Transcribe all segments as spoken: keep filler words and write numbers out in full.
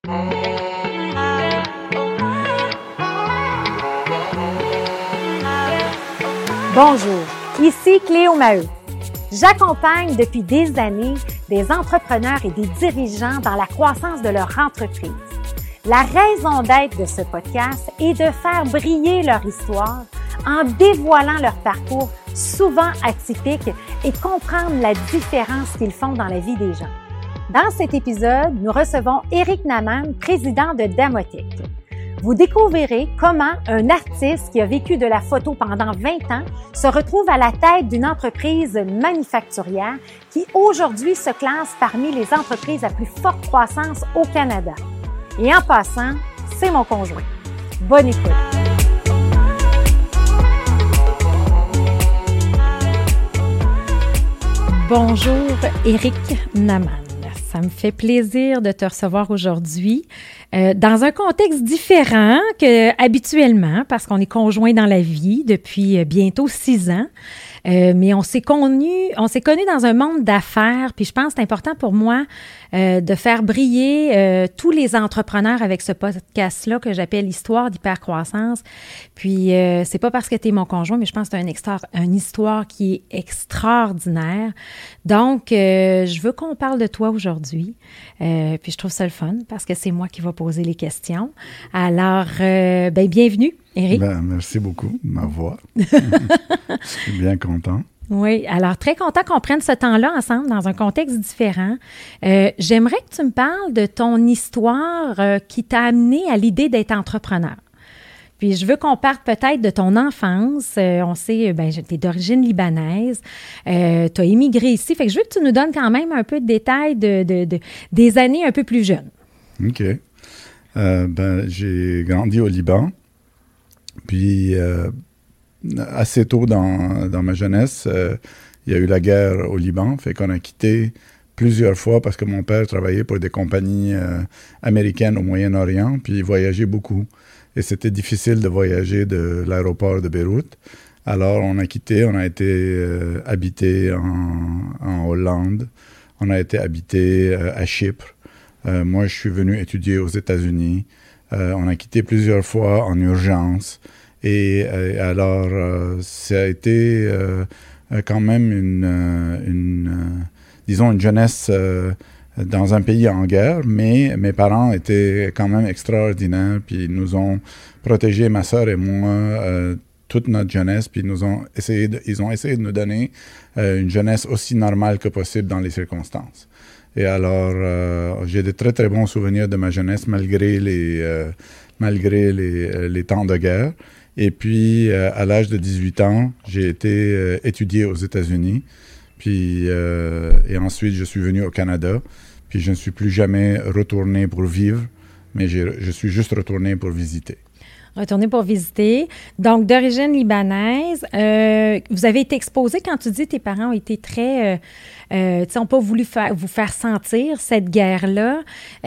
Bonjour, ici Cléo Maheu. J'accompagne depuis des années des entrepreneurs et des dirigeants dans la croissance de leur entreprise. La raison d'être de ce podcast est de faire briller leur histoire en dévoilant leur parcours souvent atypique et comprendre la différence qu'ils font dans la vie des gens. Dans cet épisode, nous recevons Éric Naman, président de Damotech. Vous découvrirez comment un artiste qui a vécu de la photo pendant vingt ans se retrouve à la tête d'une entreprise manufacturière qui aujourd'hui se classe parmi les entreprises à plus forte croissance au Canada. Et en passant, c'est mon conjoint. Bonne écoute! Bonjour, Éric Naman. Ça me fait plaisir de te recevoir aujourd'hui euh, dans un contexte différent qu'habituellement parce qu'on est conjoints dans la vie depuis bientôt six ans. Euh, mais on s'est connu, on s'est connu dans un monde d'affaires, puis je pense que c'est important pour moi euh, de faire briller euh, tous les entrepreneurs avec ce podcast-là que j'appelle Histoire d'hypercroissance. Puis euh, c'est pas parce que tu es mon conjoint, mais je pense que c'est une, extra- une histoire qui est extraordinaire. Donc, euh, je veux qu'on parle de toi aujourd'hui. Euh, puis je trouve ça le fun parce que c'est moi qui va poser les questions. Alors, euh, ben bienvenue. Éric? Ben, merci beaucoup de ma voix. Je suis bien content. Oui, alors très content qu'on prenne ce temps-là ensemble dans un contexte différent. Euh, j'aimerais que tu me parles de ton histoire euh, qui t'a amené à l'idée d'être entrepreneur. Puis je veux qu'on parte peut-être de ton enfance. Euh, on sait, ben, tu es d'origine libanaise. Euh, tu as immigré ici. Fait que je veux que tu nous donnes quand même un peu de détails de, de, de, des années un peu plus jeunes. OK. Euh, ben, j'ai grandi au Liban. Puis, euh, assez tôt dans, dans ma jeunesse, euh, il y a eu la guerre au Liban. Fait qu'on a quitté plusieurs fois parce que mon père travaillait pour des compagnies euh, américaines au Moyen-Orient, puis il voyageait beaucoup. Et c'était difficile de voyager de l'aéroport de Beyrouth. Alors, on a quitté, on a été euh, habité en, en Hollande, on a été habité euh, à Chypre. Euh, moi, je suis venu étudier aux États-Unis. Euh, on a quitté plusieurs fois en urgence. Et euh, alors, euh, ça a été euh, quand même une, une euh, disons, une jeunesse euh, dans un pays en guerre, mais mes parents étaient quand même extraordinaires, puis ils nous ont protégés, ma sœur et moi, euh, toute notre jeunesse, puis ils nous ont essayé de, ils ont essayé de nous donner euh, une jeunesse aussi normale que possible dans les circonstances. Et alors, euh, j'ai de très, très bons souvenirs de ma jeunesse, malgré les, euh, malgré les, les temps de guerre. Et puis, euh, à l'âge de dix-huit ans, j'ai été euh, étudié aux États-Unis. Puis, euh, et ensuite, je suis venu au Canada. Puis, je ne suis plus jamais retourné pour vivre, mais j'ai, je suis juste retourné pour visiter. Retourner pour visiter. Donc, d'origine libanaise, euh, vous avez été exposé, quand tu dis que tes parents ont été très... Euh, euh, tu sais, n'ont pas voulu faire, vous faire sentir cette guerre-là.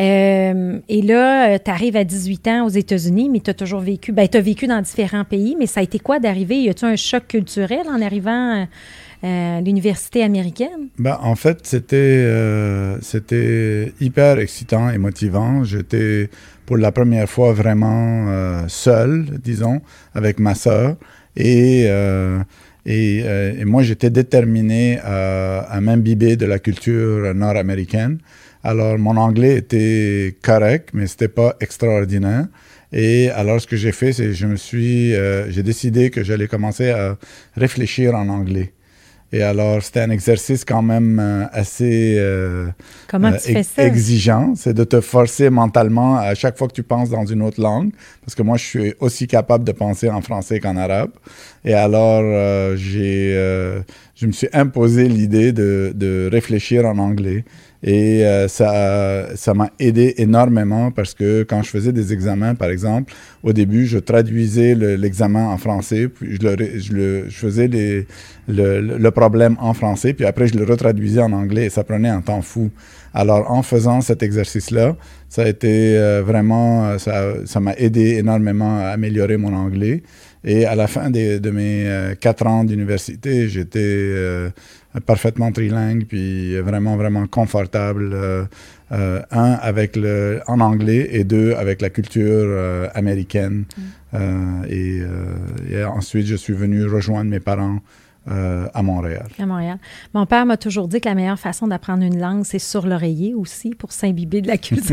Euh, et là, tu arrives à dix-huit ans aux États-Unis, mais tu as toujours vécu... Bien, tu as vécu dans différents pays, mais ça a été quoi d'arriver? Y a-t-il un choc culturel en arrivant euh, à l'université américaine? Ben, en fait, c'était, euh, c'était hyper excitant et motivant. J'étais... pour la première fois vraiment euh, seul, disons, avec ma sœur. Et, euh, et, euh, et moi, j'étais déterminé à, à m'imbiber de la culture nord-américaine. Alors, mon anglais était correct, mais c'était pas extraordinaire. Et alors, ce que j'ai fait, c'est que je me suis, euh, j'ai décidé que j'allais commencer à réfléchir en anglais. Et alors, c'était un exercice quand même euh, assez euh, Comment euh, tu fais ex- ça? exigeant. C'est de te forcer mentalement à chaque fois que tu penses dans une autre langue. Parce que moi, je suis aussi capable de penser en français qu'en arabe. Et alors, euh, j'ai, euh, je me suis imposé l'idée de, de réfléchir en anglais. Et euh, ça, ça m'a aidé énormément parce que quand je faisais des examens, par exemple, au début, je traduisais le, l'examen en français, puis je, le, je, le, je faisais les, le, le problème en français, puis après, je le retraduisais en anglais et ça prenait un temps fou. Alors, en faisant cet exercice-là, ça a été euh, vraiment, ça, ça m'a aidé énormément à améliorer mon anglais. Et à la fin des, de mes euh, quatre ans d'université, j'étais euh, parfaitement trilingue, puis vraiment, vraiment confortable. Euh, euh, un, avec le, en anglais, et deux, avec la culture euh, américaine. Mm. Euh, et, euh, et ensuite, je suis venu rejoindre mes parents euh, à Montréal. À Montréal. Mon père m'a toujours dit que la meilleure façon d'apprendre une langue, c'est sur l'oreiller aussi, pour s'imbiber de la culture.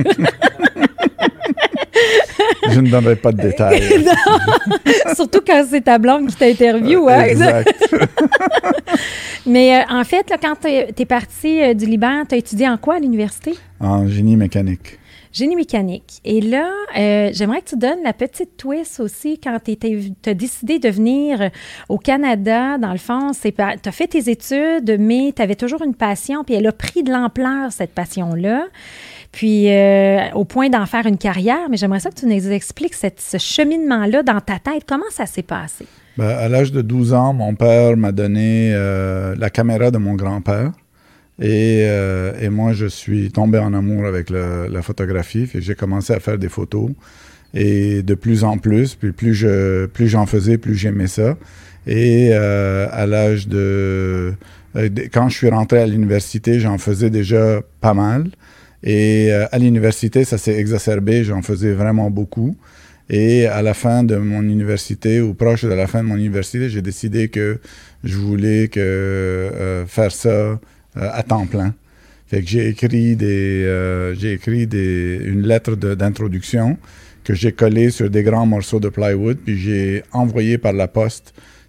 Je ne donnerai pas de détails. Non, surtout quand c'est ta blonde qui t'interviewe. Hein? Exact. Mais euh, en fait, là, quand tu es parti euh, du Liban, tu as étudié en quoi à l'université? En génie mécanique. Génie mécanique. Et là, euh, j'aimerais que tu donnes la petite twist aussi quand tu as décidé de venir au Canada. Dans le fond, tu as fait tes études, mais tu avais toujours une passion, puis elle a pris de l'ampleur, cette passion-là. Puis, euh, au point d'en faire une carrière, mais j'aimerais ça que tu nous expliques cette, ce cheminement-là dans ta tête. Comment ça s'est passé? Ben, à l'âge de douze ans, mon père m'a donné euh, la caméra de mon grand-père. Et, euh, et moi, je suis tombé en amour avec le, la photographie. Fait que j'ai commencé à faire des photos. Et de plus en plus, puis plus, je, plus j'en faisais, plus j'aimais ça. Et euh, à l'âge de, euh, de... Quand je suis rentré à l'université, j'en faisais déjà pas mal. Et euh, à l'université, ça s'est exacerbé, j'en faisais vraiment beaucoup. Et à la fin de mon université, ou proche de la fin de mon université, j'ai décidé que je voulais que, euh, faire ça euh, à temps plein. Fait que j'ai écrit, des, euh, j'ai écrit des, une lettre de, d'introduction que j'ai collée sur des grands morceaux de plywood, puis j'ai envoyé par la poste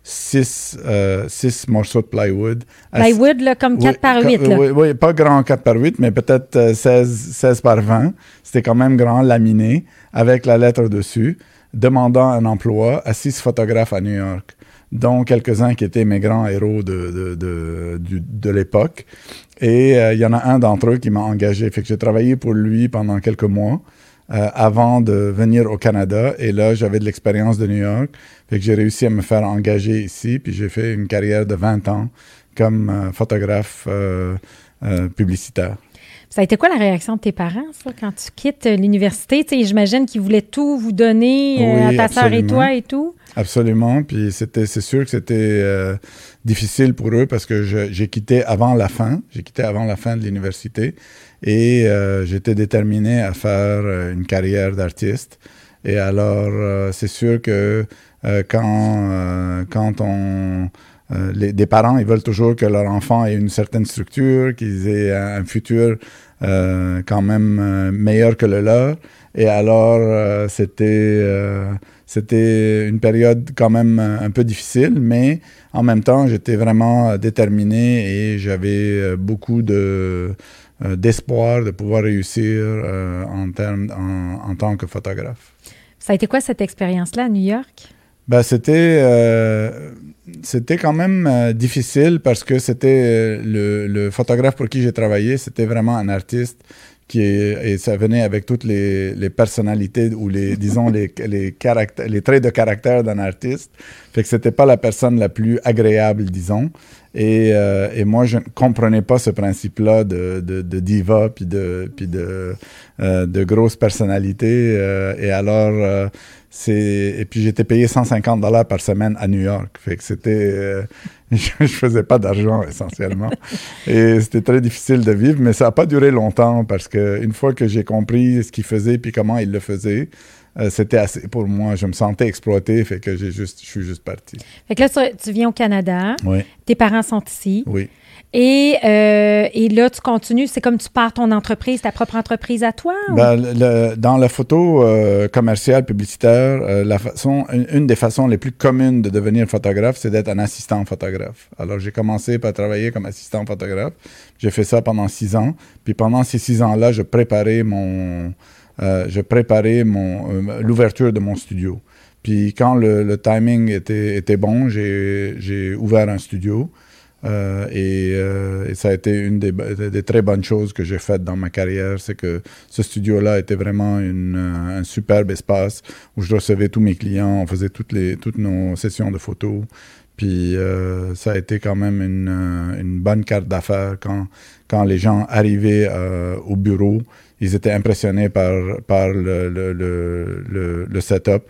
Six, euh, six morceaux de plywood. Plywood, là, comme quatre par huit. Là. Oui, oui, pas grand quatre par huit, mais peut-être euh, seize, seize par vingt. C'était quand même grand, laminé, avec la lettre dessus, demandant un emploi à six photographes à New York, dont quelques-uns qui étaient mes grands héros de, de, de, de, de l'époque. Et il euh, y en a un d'entre eux qui m'a engagé. Fait que j'ai travaillé pour lui pendant quelques mois. Euh, avant de venir au Canada. Et là, j'avais de l'expérience de New York. Fait que j'ai réussi à me faire engager ici. Puis j'ai fait une carrière de vingt ans comme euh, photographe euh, euh, publicitaire. Ça a été quoi la réaction de tes parents, ça, quand tu quittes l'université? Tu sais, j'imagine qu'ils voulaient tout vous donner euh, oui, à ta sœur et toi et tout. Absolument. Puis c'était, c'est sûr que c'était euh, difficile pour eux parce que je, j'ai quitté avant la fin. J'ai quitté avant la fin de l'université. Et euh, j'étais déterminé à faire euh, une carrière d'artiste. Et alors, euh, c'est sûr que euh, quand, euh, quand on... Euh, les, des parents, ils veulent toujours que leur enfant ait une certaine structure, qu'ils aient un, un futur euh, quand même euh, meilleur que le leur. Et alors, euh, c'était, euh, c'était une période quand même un peu difficile, mais en même temps, j'étais vraiment déterminé et j'avais beaucoup de... Euh, d'espoir de pouvoir réussir euh, en, termes, en, en tant que photographe. Ça a été quoi cette expérience-là à New York? Ben, c'était, euh, c'était quand même euh, difficile parce que c'était euh, le, le photographe pour qui j'ai travaillé, c'était vraiment un artiste qui est, et ça venait avec toutes les, les personnalités ou les, disons, les, les, caractères, les traits de caractère d'un artiste. Fait que c'était pas la personne la plus agréable, disons. Et, euh, et moi, je ne comprenais pas ce principe-là de, de, de diva puis de, puis de, euh, de grosse personnalité. Euh, et alors, euh, c'est... Et puis, j'étais payé cent cinquante dollars par semaine à New York. Fait que c'était... Euh, je, je faisais pas d'argent, essentiellement. Et c'était très difficile de vivre, mais ça n'a pas duré longtemps parce qu'une fois que j'ai compris ce qu'il faisait puis comment il le faisait, Euh, c'était assez pour moi. Je me sentais exploité, fait que j'ai juste, je suis juste parti. Fait que là, tu, tu viens au Canada. Oui. Tes parents sont ici. Oui. Et, euh, et là, tu continues. C'est comme tu pars ton entreprise, ta propre entreprise à toi? Ben, le, dans la photo euh, commerciale, publicitaire, euh, la façon, une, une des façons les plus communes de devenir photographe, c'est d'être un assistant photographe. Alors, j'ai commencé par travailler comme assistant photographe. J'ai fait ça pendant six ans. Puis pendant ces six ans-là, je préparais mon... Euh, je préparais mon, euh, l'ouverture de mon studio. Puis quand le, le timing était, était bon, j'ai, j'ai ouvert un studio euh, et, euh, et ça a été une des, des très bonnes choses que j'ai faites dans ma carrière. C'est que ce studio-là était vraiment une, un superbe espace où je recevais tous mes clients, on faisait toutes, les, toutes nos sessions de photos. Puis euh, ça a été quand même une, une bonne carte d'affaires quand, quand les gens arrivaient euh, au bureau. Ils étaient impressionnés par, par le, le, le, le, le setup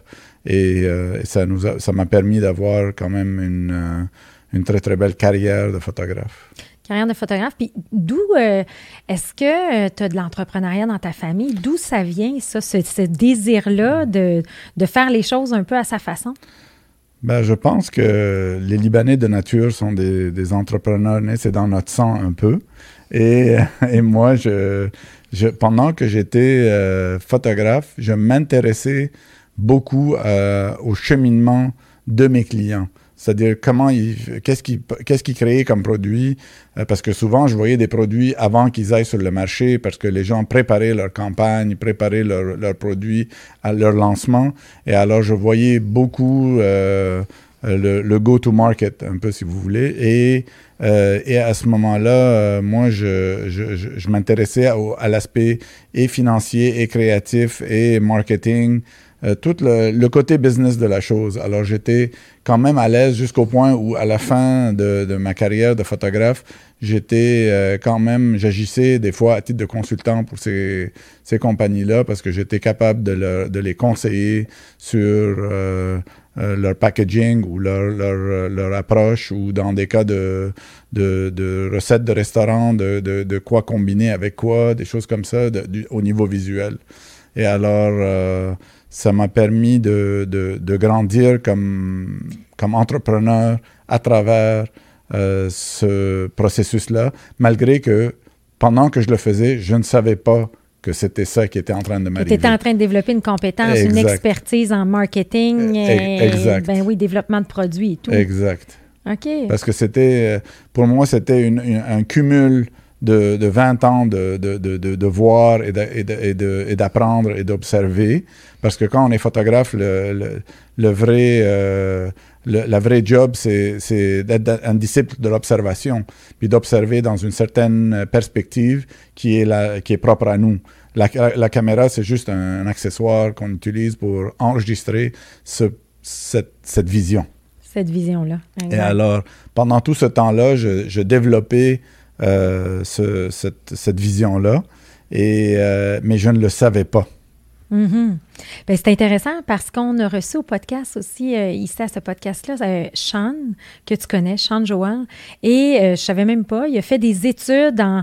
Et, euh, et ça nous a, ça m'a permis d'avoir quand même une, euh, une très, très belle carrière de photographe. Carrière de photographe. Puis d'où, euh, est-ce que euh, tu as de l'entrepreneuriat dans ta famille? D'où ça vient, ça, ce, ce désir-là de, de faire les choses un peu à sa façon? Ben, je pense que les Libanais de nature sont des, des entrepreneurs nés, c'est dans notre sang un peu. Et, et moi, je, je, pendant que j'étais euh, photographe, je m'intéressais beaucoup euh, au cheminement de mes clients. C'est-à-dire comment ils, qu'est-ce qu'ils, qu'est-ce qu'ils créaient comme produit, euh, parce que souvent je voyais des produits avant qu'ils aillent sur le marché, parce que les gens préparaient leur campagne, préparaient leurs leur produits à leur lancement, et alors je voyais beaucoup euh, le, le go-to-market, un peu si vous voulez, et, euh, et à ce moment-là, euh, moi je, je, je, je m'intéressais à, à l'aspect et financier, et créatif, et marketing, Euh, tout le, le côté business de la chose. Alors, j'étais quand même à l'aise jusqu'au point où, à la fin de, de ma carrière de photographe, j'étais euh, quand même, j'agissais des fois à titre de consultant pour ces, ces compagnies-là parce que j'étais capable de, leur, de les conseiller sur euh, euh, leur packaging ou leur, leur, leur approche ou dans des cas de, de, de recettes de restaurant, de, de, de quoi combiner avec quoi, des choses comme ça de, du, au niveau visuel. Et alors... Euh, ça m'a permis de, de, de grandir comme, comme entrepreneur à travers euh, ce processus-là, malgré que pendant que je le faisais, je ne savais pas que c'était ça qui était en train de m'arriver. Tu étais en train de développer une compétence, exact. Une expertise en marketing, et, exact. Ben oui, développement de produits et tout. Exact. OK. Parce que c'était, pour moi, c'était une, une, un cumul de, de vingt ans de, de, de, de, de voir et, de, et, de, et, de, et d'apprendre et d'observer. Parce que quand on est photographe, le, le, le vrai, euh, le, la vraie job, c'est, c'est d'être un disciple de l'observation, puis d'observer dans une certaine perspective qui est, la, qui est propre à nous. La, la, la caméra, c'est juste un, un accessoire qu'on utilise pour enregistrer ce, cette, cette vision. Cette vision-là. Exact. Et alors, pendant tout ce temps-là, je, je développais euh, ce, cette, cette vision-là, et, euh, mais je ne le savais pas. Mm-hmm. Bien, c'est intéressant parce qu'on a reçu au podcast aussi, euh, ici à ce podcast-là, euh, Sean, que tu connais, Sean Joel, et euh, je ne savais même pas, il a fait des études en,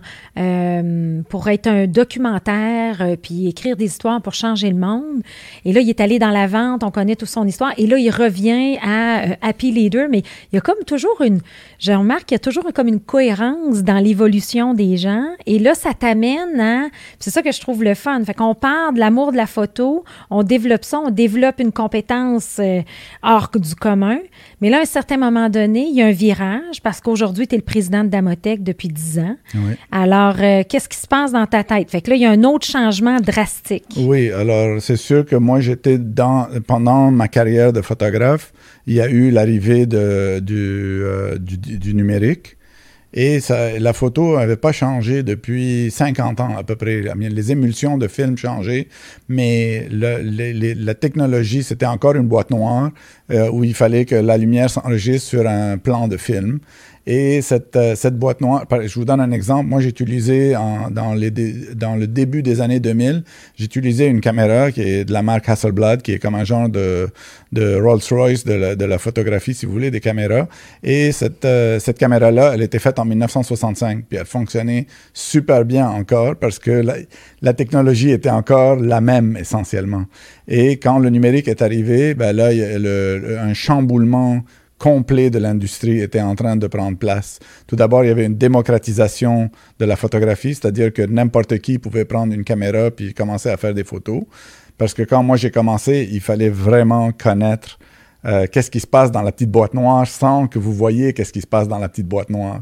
euh, pour être un documentaire, euh, puis écrire des histoires pour changer le monde. Et là, il est allé dans la vente, on connaît toute son histoire, et là, il revient à euh, Happy Leader, mais il y a comme toujours une, je remarque qu'il y a toujours comme une cohérence dans l'évolution des gens, et là, ça t'amène à, c'est ça que je trouve le fun, fait qu'on part de l'amour de la photo, on développe ça, on développe une compétence euh, hors du commun. Mais là, à un certain moment donné, il y a un virage parce qu'aujourd'hui, tu es le président de Damotech depuis dix ans. Oui. Alors, euh, qu'est-ce qui se passe dans ta tête? Fait que là, il y a un autre changement drastique. Oui, alors c'est sûr que moi, j'étais dans, pendant ma carrière de photographe, il y a eu l'arrivée de, du, euh, du, du numérique. Et ça, la photo n'avait pas changé depuis cinquante ans à peu près. Les émulsions de films changeaient, mais le, les, les, la technologie, c'était encore une boîte noire euh, où il fallait que la lumière s'enregistre sur un plan de film. Et cette, euh, cette boîte noire, je vous donne un exemple. Moi, j'utilisais en, dans, les, dans le début des années deux mille, j'utilisais une caméra qui est de la marque Hasselblad, qui est comme un genre de, de Rolls-Royce de la, de la photographie, si vous voulez, des caméras. Et cette, euh, cette caméra-là, elle était faite en dix-neuf cent soixante-cinq, puis elle fonctionnait super bien encore parce que la, la technologie était encore la même essentiellement. Et quand le numérique est arrivé, ben là, il y a le, le, un chamboulement complet de l'industrie était en train de prendre place. Tout d'abord, il y avait une démocratisation de la photographie, c'est-à-dire que n'importe qui pouvait prendre une caméra puis commencer à faire des photos. Parce que quand moi j'ai commencé, il fallait vraiment connaître euh, qu'est-ce qui se passe dans la petite boîte noire sans que vous voyez qu'est-ce qui se passe dans la petite boîte noire.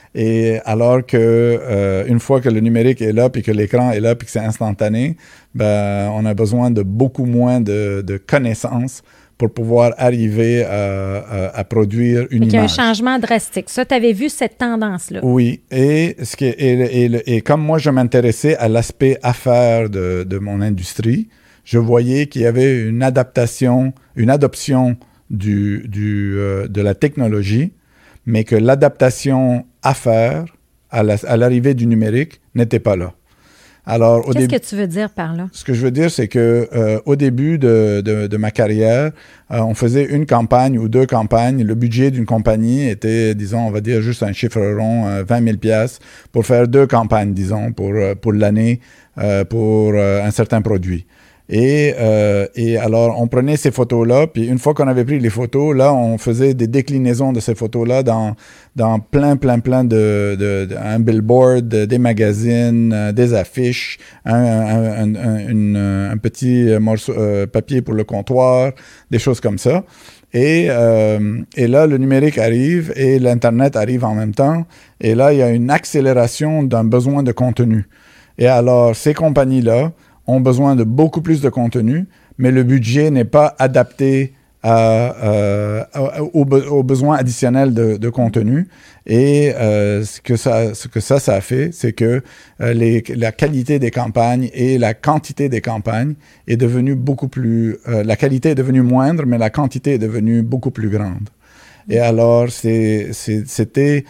Et alors que euh, une fois que le numérique est là puis que l'écran est là puis que c'est instantané, ben on a besoin de beaucoup moins de, de connaissances pour pouvoir arriver à, à, à produire une image. Il y a un changement drastique. Ça, tu avais vu cette tendance-là. Oui. Et, ce qui est, et, et, et comme moi, je m'intéressais à l'aspect affaires de, de mon industrie, je voyais qu'il y avait une adaptation, une adoption du, du, euh, de la technologie, mais que l'adaptation affaires à, la, à l'arrivée du numérique n'était pas là. Alors, au Qu'est-ce début, que tu veux dire par là? Ce que je veux dire, c'est que euh, au début de, de, de ma carrière, euh, on faisait une campagne ou deux campagnes. Le budget d'une compagnie était, disons, on va dire juste un chiffre rond, euh, vingt mille piastres pour faire deux campagnes, disons, pour, pour l'année, euh, pour euh, un certain produit. Et, euh, et alors, on prenait ces photos-là, puis une fois qu'on avait pris les photos, là, on faisait des déclinaisons de ces photos-là dans, dans plein, plein, plein de, de, de un billboard, des magazines, euh, des affiches, un, un, un, un, une, un petit morceau euh, papier pour le comptoir, des choses comme ça. Et, euh, et là, le numérique arrive et l'Internet arrive en même temps. Et là, il y a une accélération d'un besoin de contenu. Et alors, ces compagnies-là ont besoin de beaucoup plus de contenu, mais le budget n'est pas adapté à, euh, aux, aux besoins additionnels de, de contenu. Et euh, ce, que ça, ce que ça, ça a fait, c'est que euh, les, la qualité des campagnes et la quantité des campagnes est devenue beaucoup plus... Euh, la qualité est devenue moindre, mais la quantité est devenue beaucoup plus grande. Et alors, c'est, c'est, c'était...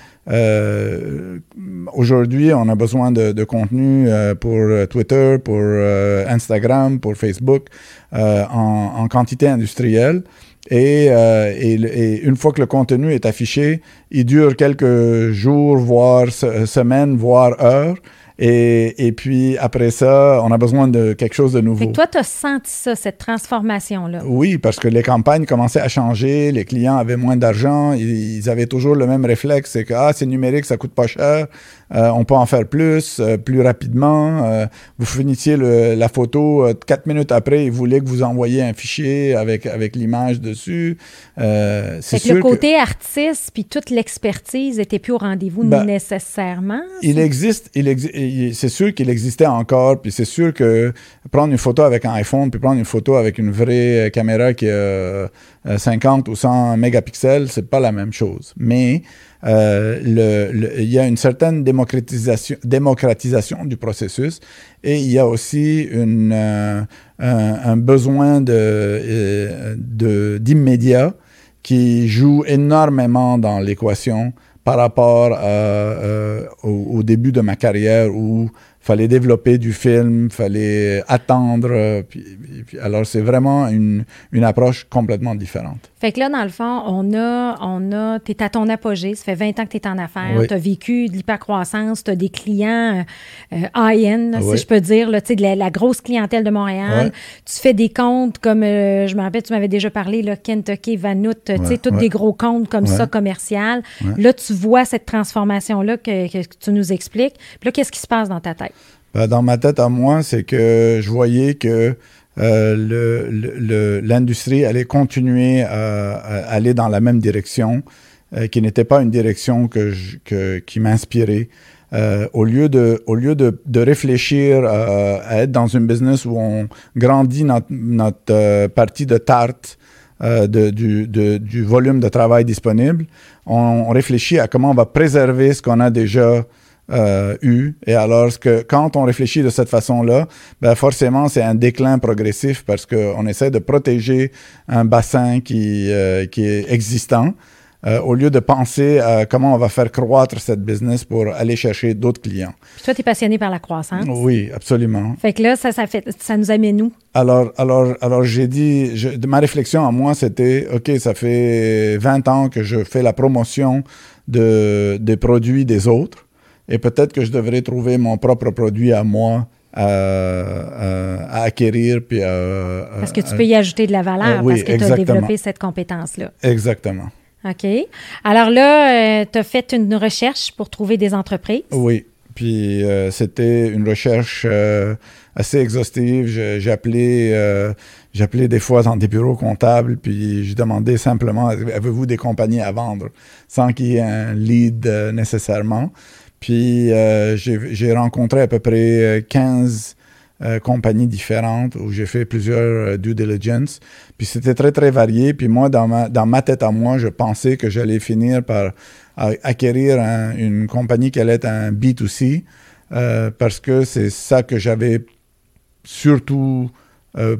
Euh, aujourd'hui, on a besoin de, de contenu euh, pour Twitter, pour euh, Instagram, pour Facebook, euh, en, en quantité industrielle. Et, euh, et, et une fois que le contenu est affiché, il dure quelques jours, voire se, semaines, voire heures. Et, et puis, après ça, on a besoin de quelque chose de nouveau. Fait que toi, tu as senti ça, cette transformation-là? Oui, parce que les campagnes commençaient à changer, les clients avaient moins d'argent, ils, ils avaient toujours le même réflexe, c'est que ah, c'est numérique, ça coûte pas cher, euh, on peut en faire plus, euh, plus rapidement. Euh, vous finissiez le, la photo, euh, quatre minutes après, ils voulaient que vous envoyiez un fichier avec, avec l'image dessus. Euh, c'est fait que sûr le côté que, artiste puis toute l'expertise n'était plus au rendez-vous ben, nécessairement? Il c'est... existe, il exi- c'est sûr qu'il existait encore, puis c'est sûr que prendre une photo avec un iPhone, puis prendre une photo avec une vraie caméra qui a euh, cinquante ou cent mégapixels, c'est pas la même chose. Mais euh, le, le, il y a une certaine démocratisation, démocratisation du processus et il y a aussi une, euh, un, un besoin de, euh, de, d'immédiat qui joue énormément dans l'équation par rapport à, euh, au, au début de ma carrière où il fallait développer du film, il fallait attendre. Euh, puis, puis, alors, c'est vraiment une, une approche complètement différente. Fait que là, dans le fond, on a, on a, t'es à ton apogée, ça fait vingt ans que tu es en affaires, oui. tu as vécu de l'hypercroissance, tu as des clients euh, high-end, là, oui. si je peux dire, là, de la, la grosse clientèle de Montréal. Oui. Tu fais des comptes comme, euh, je me rappelle, tu m'avais déjà parlé, là, Kentucky, Vanout, tu sais, oui. tous oui. des gros comptes comme oui. ça, commercial. Oui. Là, tu vois cette transformation-là que, que tu nous expliques. Puis là, qu'est-ce qui se passe dans ta tête? Ben, dans ma tête à moi, c'est que je voyais que Euh, le, le, l'industrie allait continuer à, à aller dans la même direction, euh, qui n'était pas une direction que je, que, qui m'inspirait. Euh, au lieu de, au lieu de, de réfléchir à, à être dans une business où on grandit notre, notre euh, partie de tarte euh, de, du, de, du volume de travail disponible, on, on réfléchit à comment on va préserver ce qu'on a déjà Euh, eu. Et alors, que, quand on réfléchit de cette façon-là, ben forcément, c'est un déclin progressif parce qu'on essaie de protéger un bassin qui, euh, qui est existant euh, au lieu de penser à comment on va faire croître cette business pour aller chercher d'autres clients. Puis toi, tu es passionné par la croissance. Oui, absolument. Fait que là, ça, ça, fait, ça nous amène où? Alors, alors, alors j'ai dit, je, ma réflexion à moi, c'était, OK, ça fait vingt ans que je fais la promotion de, des produits des autres. Et peut-être que je devrais trouver mon propre produit à moi à, à, à acquérir. Puis à, parce que tu à, peux y ajouter de la valeur, euh, oui, parce que tu as développé cette compétence-là. Exactement. OK. Alors là, euh, tu as fait une recherche pour trouver des entreprises. Oui. Puis euh, c'était une recherche euh, assez exhaustive. Je, j'ai appelé, euh, j'ai appelé des fois dans des bureaux comptables, puis je demandais simplement, avez-vous des compagnies à vendre, sans qu'il y ait un lead euh, nécessairement. Puis euh, j'ai, j'ai rencontré à peu près quinze euh, compagnies différentes où j'ai fait plusieurs euh, due diligence. Puis c'était très, très varié. Puis moi, dans ma, dans ma tête à moi, je pensais que j'allais finir par à, acquérir un, une compagnie qui allait être un B deux C euh, parce que c'est ça que j'avais surtout euh,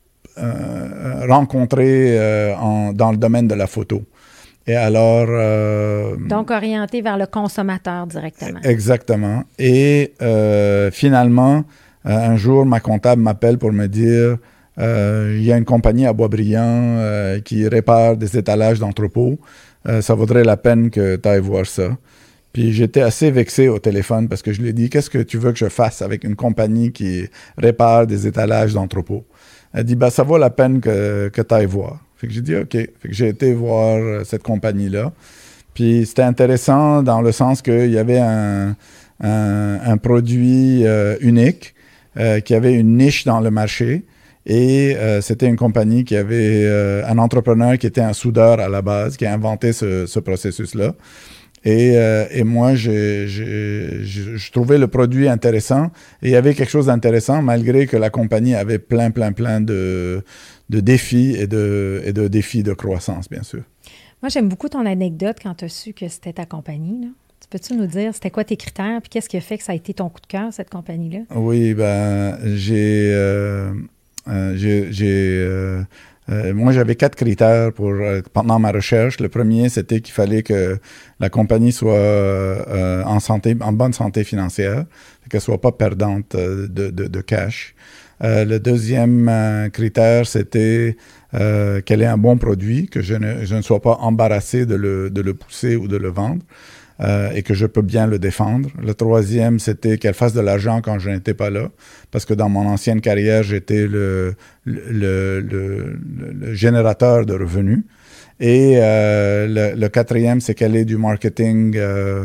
euh, rencontré euh, en, dans le domaine de la photo. Et alors... Euh, Donc, orienté vers le consommateur directement. Exactement. Et euh, finalement, un jour, ma comptable m'appelle pour me dire euh, il y a une compagnie à Boisbriand euh, qui répare des étalages d'entrepôt. Euh, ça vaudrait la peine que tu ailles voir ça. Puis j'étais assez vexé au téléphone parce que je lui ai dit « Qu'est-ce que tu veux que je fasse avec une compagnie qui répare des étalages d'entrepôt? » Elle dit ben, « Ça vaut la peine que, que tu ailles voir. » Fait que j'ai dit « OK. » Fait que j'ai été voir euh, cette compagnie-là. Puis c'était intéressant dans le sens qu'il y avait un, un, un produit euh, unique euh, qui avait une niche dans le marché. Et euh, c'était une compagnie qui avait euh, un entrepreneur qui était un soudeur à la base, qui a inventé ce, ce processus-là. Et, euh, et moi, j'ai, j'ai, j'ai, je trouvais le produit intéressant. Et il y avait quelque chose d'intéressant, malgré que la compagnie avait plein, plein, plein de, de défis et de, et de défis de croissance, bien sûr. Moi, j'aime beaucoup ton anecdote quand tu as su que c'était ta compagnie, là. Peux-tu nous dire, c'était quoi tes critères, puis qu'est-ce qui a fait que ça a été ton coup de cœur, cette compagnie-là? Oui, ben, j'ai... Euh, euh, j'ai, j'ai euh, euh, moi, j'avais quatre critères pour, euh, pendant ma recherche. Le premier, c'était qu'il fallait que la compagnie soit euh, en santé, en bonne santé financière, qu'elle soit pas perdante euh, de, de, de cash. Euh, le deuxième euh, critère, c'était euh, qu'elle ait un bon produit, que je ne, je ne sois pas embarrassé de le, de le pousser ou de le vendre. Euh, et que je peux bien le défendre. Le troisième, c'était qu'elle fasse de l'argent quand je n'étais pas là, parce que dans mon ancienne carrière, j'étais le, le, le, le, le générateur de revenus. Et euh, le, le quatrième, c'est qu'elle ait du marketing, euh,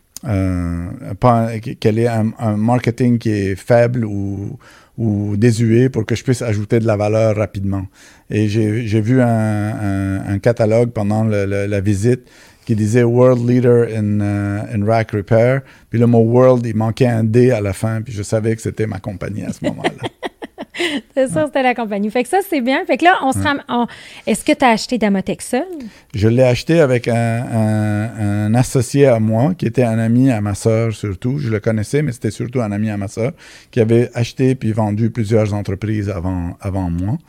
euh, pas, qu'elle ait un, un marketing qui est faible ou, ou désuet pour que je puisse ajouter de la valeur rapidement. Et j'ai, j'ai vu un, un, un catalogue pendant le, le, la visite qui disait « World Leader in, uh, in Rack Repair ». Puis le mot « World », il manquait un D à la fin, puis je savais que c'était ma compagnie à ce moment-là. C'est sûr, c'était la compagnie. Fait que ça, c'est bien. Fait que là, on se ram... on... Est-ce que tu as acheté Damotech seul? Je l'ai acheté avec un, un, un associé à moi, qui était un ami à ma sœur surtout. Je le connaissais, mais c'était surtout un ami à ma sœur, qui avait acheté puis vendu plusieurs entreprises avant, avant moi.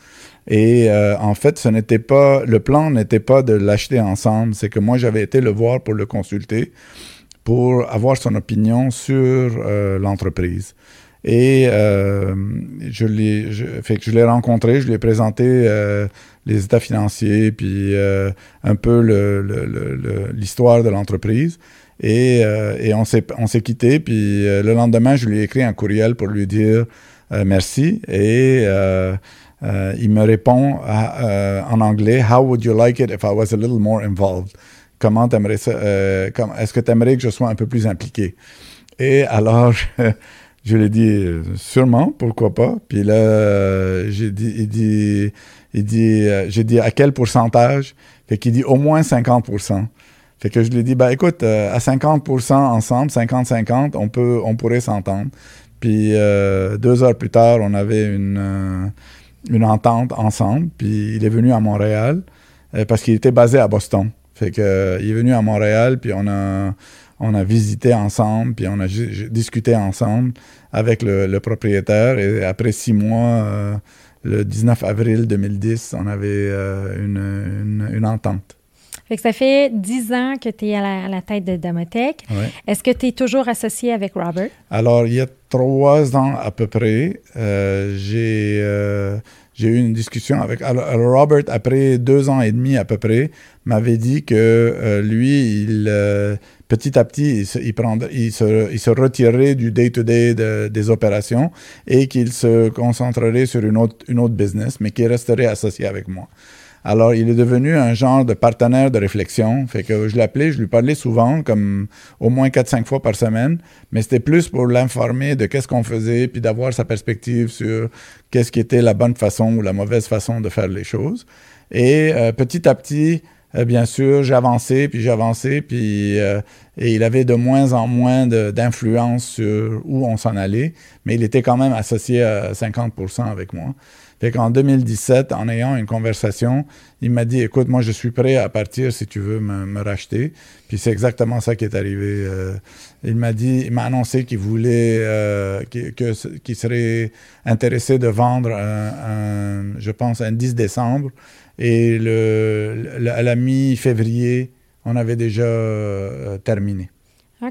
Et euh, en fait, ce n'était pas, le plan n'était pas de l'acheter ensemble, c'est que moi, j'avais été le voir pour le consulter, pour avoir son opinion sur euh, l'entreprise. Et euh, je, l'ai, je, fait que je l'ai rencontré, je lui ai présenté euh, les états financiers, puis euh, un peu le, le, le, le, l'histoire de l'entreprise. Et, euh, et on s'est, on s'est quitté, puis euh, le lendemain, je lui ai écrit un courriel pour lui dire euh, merci. Et... Euh, Euh, il me répond euh, en anglais « How would you like it if I was a little more involved? » Comment t'aimerais ça, euh, comme, est-ce que tu aimerais que je sois un peu plus impliqué? Et alors, je, je lui ai dit « Sûrement, pourquoi pas? » Puis là, euh, j'ai dit, il dit, il dit euh, j'ai dit « À quel pourcentage? » Fait qu'il dit « Au moins cinquante pour cent. » Fait que je lui ai dit ben, « Écoute, euh, à cinquante pour cent ensemble, cinquante cinquante, on, peut, on pourrait s'entendre. » Puis euh, deux heures plus tard, on avait une... Euh, une entente ensemble, puis il est venu à Montréal euh, parce qu'il était basé à Boston. Fait que euh, il est venu à Montréal, puis on a on a visité ensemble, puis on a j- discuté ensemble avec le, le propriétaire. Et après six mois, euh, le dix-neuf avril deux mille dix, on avait euh, une, une, une entente. Fait que ça fait dix ans que tu es à la, à la tête de Damotech. Ouais. Est-ce que tu es toujours associé avec Robert? Alors, il y a trois ans à peu près, euh, j'ai, euh, j'ai eu une discussion avec... Alors, Robert, après deux ans et demi à peu près, m'avait dit que euh, lui, il, euh, petit à petit, il se, il, prendrait, il, se, il se retirerait du day-to-day de, des opérations et qu'il se concentrerait sur une autre, une autre business, mais qu'il resterait associé avec moi. Alors, il est devenu un genre de partenaire de réflexion. Fait que je l'appelais, je lui parlais souvent, comme au moins quatre cinq fois par semaine, mais c'était plus pour l'informer de qu'est-ce qu'on faisait, puis d'avoir sa perspective sur qu'est-ce qui était la bonne façon ou la mauvaise façon de faire les choses. Et euh, petit à petit, euh, bien sûr, j'avançais, puis j'avançais, puis euh, et il avait de moins en moins de, d'influence sur où on s'en allait, mais il était quand même associé à cinquante pour cent avec moi. Fait qu'en deux mille dix-sept, en ayant une conversation, il m'a dit « Écoute, moi, je suis prêt à partir si tu veux me, me racheter. » Puis c'est exactement ça qui est arrivé. Euh, il m'a dit, il m'a annoncé qu'il voulait, euh, qu'il, que, qu'il serait intéressé de vendre, un, un, je pense, un dix décembre. Et le, le, à la mi-février, on avait déjà euh, terminé. OK.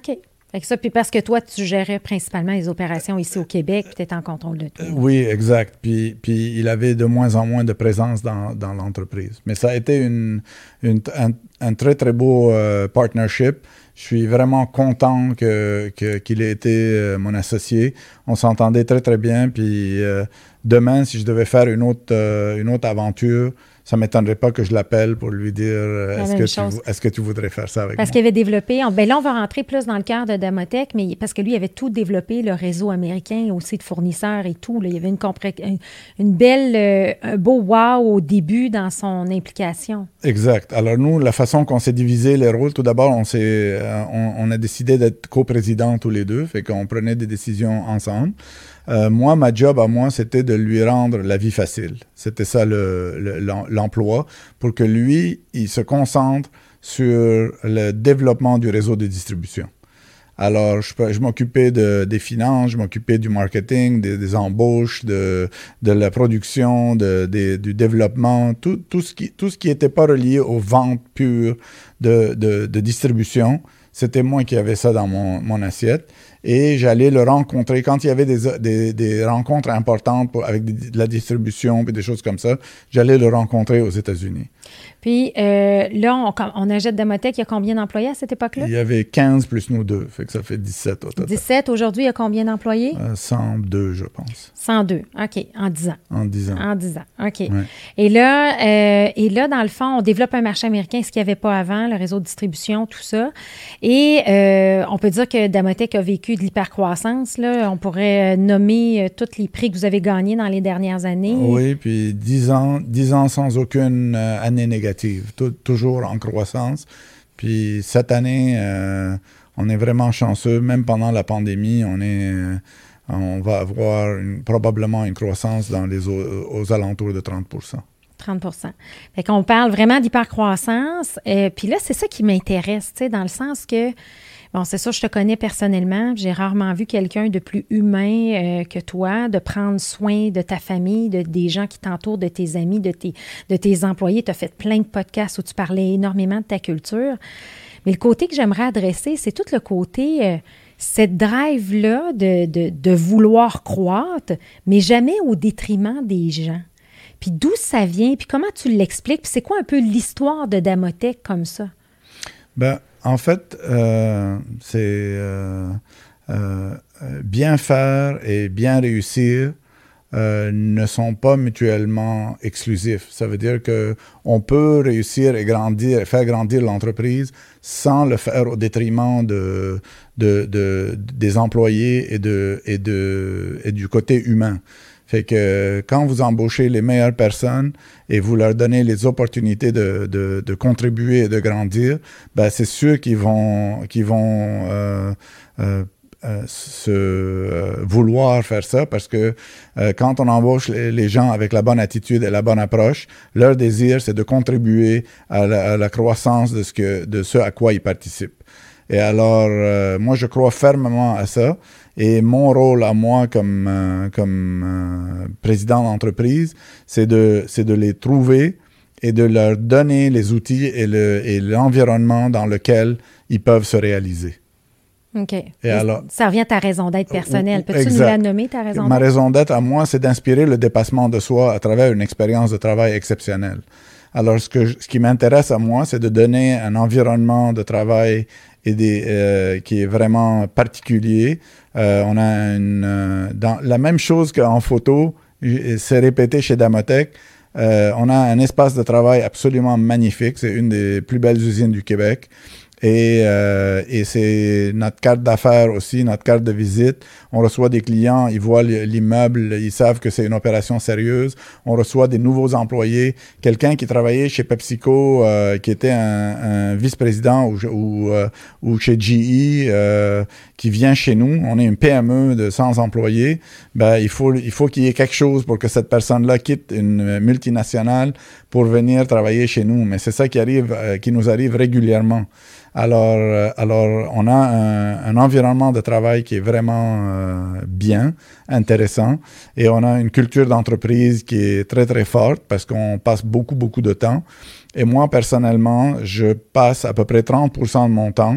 Fait que ça, puis parce que toi, tu gérais principalement les opérations ici au Québec, puis tu étais en contrôle de tout. Euh, oui, exact. Puis, puis il avait de moins en moins de présence dans, dans l'entreprise. Mais ça a été une, une, un, un très, très beau euh, partnership. Je suis vraiment content que, que, qu'il ait été euh, mon associé. On s'entendait très, très bien. Puis euh, demain, si je devais faire une autre, euh, une autre aventure, ça ne m'étonnerait pas que je l'appelle pour lui dire euh, est-ce, que tu, est-ce que tu voudrais faire ça avec parce moi? Parce qu'il avait développé, on, ben là, on va rentrer plus dans le cœur de Damotech, mais parce que lui, il avait tout développé, le réseau américain, aussi de fournisseurs et tout. Là. Il y avait une, une, une belle, euh, un beau wow au début dans son implication. Exact. Alors, nous, la façon qu'on s'est divisé les rôles, tout d'abord, on, s'est, euh, on, on a décidé d'être coprésidents tous les deux, fait qu'on prenait des décisions ensemble. Euh, moi, ma job à moi, c'était de lui rendre la vie facile. C'était ça le, le, l'emploi, pour que lui, il se concentre sur le développement du réseau de distribution. Alors, je, je m'occupais de, des finances, je m'occupais du marketing, des, des embauches, de, de la production, de, de, du développement, tout, tout ce qui tout ce qui n'était pas relié aux ventes pures de, de, de distribution. C'était moi qui avais ça dans mon, mon assiette. Et j'allais le rencontrer quand il y avait des, des, des rencontres importantes pour, avec des, de la distribution et des choses comme ça. J'allais le rencontrer aux États-Unis. Puis euh, là, on, on achète Damotech. Il y a combien d'employés à cette époque-là? Il y avait quinze plus nous deux. Fait que ça fait dix-sept au total. dix-sept. Aujourd'hui, il y a combien d'employés? Euh, cent deux, je pense. cent deux. OK. En dix ans. En dix ans. En dix ans. OK. Ouais. Et là, euh, et là, dans le fond, on développe un marché américain, ce qu'il n'y avait pas avant, le réseau de distribution, tout ça. Et euh, on peut dire que Damotech a vécu de l'hypercroissance. Là. On pourrait nommer euh, tous les prix que vous avez gagnés dans les dernières années. Oui, puis dix ans, dix ans sans aucune euh, année négative. Tout, toujours en croissance. Puis cette année, euh, on est vraiment chanceux. Même pendant la pandémie, on est... Euh, on va avoir une, probablement une croissance dans les, aux, aux alentours de trente pour cent. trente pour cent. Fait qu'on parle vraiment d'hypercroissance. Euh, puis là, c'est ça qui m'intéresse, tu sais, dans le sens que, bon, c'est sûr, je te connais personnellement. J'ai rarement vu quelqu'un de plus humain euh, que toi, de prendre soin de ta famille, de, des gens qui t'entourent, de tes amis, de tes, de tes employés. Tu as fait plein de podcasts où tu parlais énormément de ta culture. Mais le côté que j'aimerais adresser, c'est tout le côté... Euh, cette drive-là de, de, de vouloir croître, mais jamais au détriment des gens. Puis d'où ça vient, puis comment tu l'expliques, puis c'est quoi un peu l'histoire de Damotech comme ça? Ben, en fait, euh, c'est euh, euh, bien faire et bien réussir euh, ne sont pas mutuellement exclusifs. Ça veut dire qu'on peut réussir et grandir, faire grandir l'entreprise sans le faire au détriment de, de, de, des employés et, de, et, de, et du côté humain. Fait que quand vous embauchez les meilleures personnes et vous leur donnez les opportunités de, de, de contribuer et de grandir, ben c'est sûr qu'ils vont, qu'ils vont euh, euh, euh, se euh, vouloir faire ça parce que euh, quand on embauche les, les gens avec la bonne attitude et la bonne approche, leur désir, c'est de contribuer à la, à la croissance de ce, que, de ce à quoi ils participent. Et alors, euh, moi, je crois fermement à ça. Et mon rôle à moi comme, euh, comme euh, président d'entreprise, c'est de, c'est de les trouver et de leur donner les outils et, le, et l'environnement dans lequel ils peuvent se réaliser. OK. Et et alors, ça revient à ta raison d'être personnelle. Peux-tu exact. nous la nommer, ta raison d'être? Ma raison d'être à moi, c'est d'inspirer le dépassement de soi à travers une expérience de travail exceptionnelle. Alors, ce, que je, ce qui m'intéresse à moi, c'est de donner un environnement de travail et des, euh, qui est vraiment particulier. Euh, on a une, euh, dans, la même chose qu'en photo, c'est répété chez Damotech. Euh, on a un espace de travail absolument magnifique. C'est une des plus belles usines du Québec. Et, euh, et c'est notre carte d'affaires aussi, notre carte de visite. On reçoit des clients, ils voient l'immeuble, ils savent que c'est une opération sérieuse. On reçoit des nouveaux employés. Quelqu'un qui travaillait chez PepsiCo, euh, qui était un, un vice-président ou, ou, euh, ou chez G E, euh, qui vient chez nous. On est une P M E de cent employés. Ben, il faut, il faut qu'il y ait quelque chose pour que cette personne-là quitte une multinationale pour venir travailler chez nous. Mais c'est ça qui arrive, euh, qui nous arrive régulièrement. Alors, euh, alors, on a un, un environnement de travail qui est vraiment euh, bien, intéressant, et on a une culture d'entreprise qui est très, très forte parce qu'on passe beaucoup, beaucoup de temps. Et moi, personnellement, je passe à peu près trente pour cent de mon temps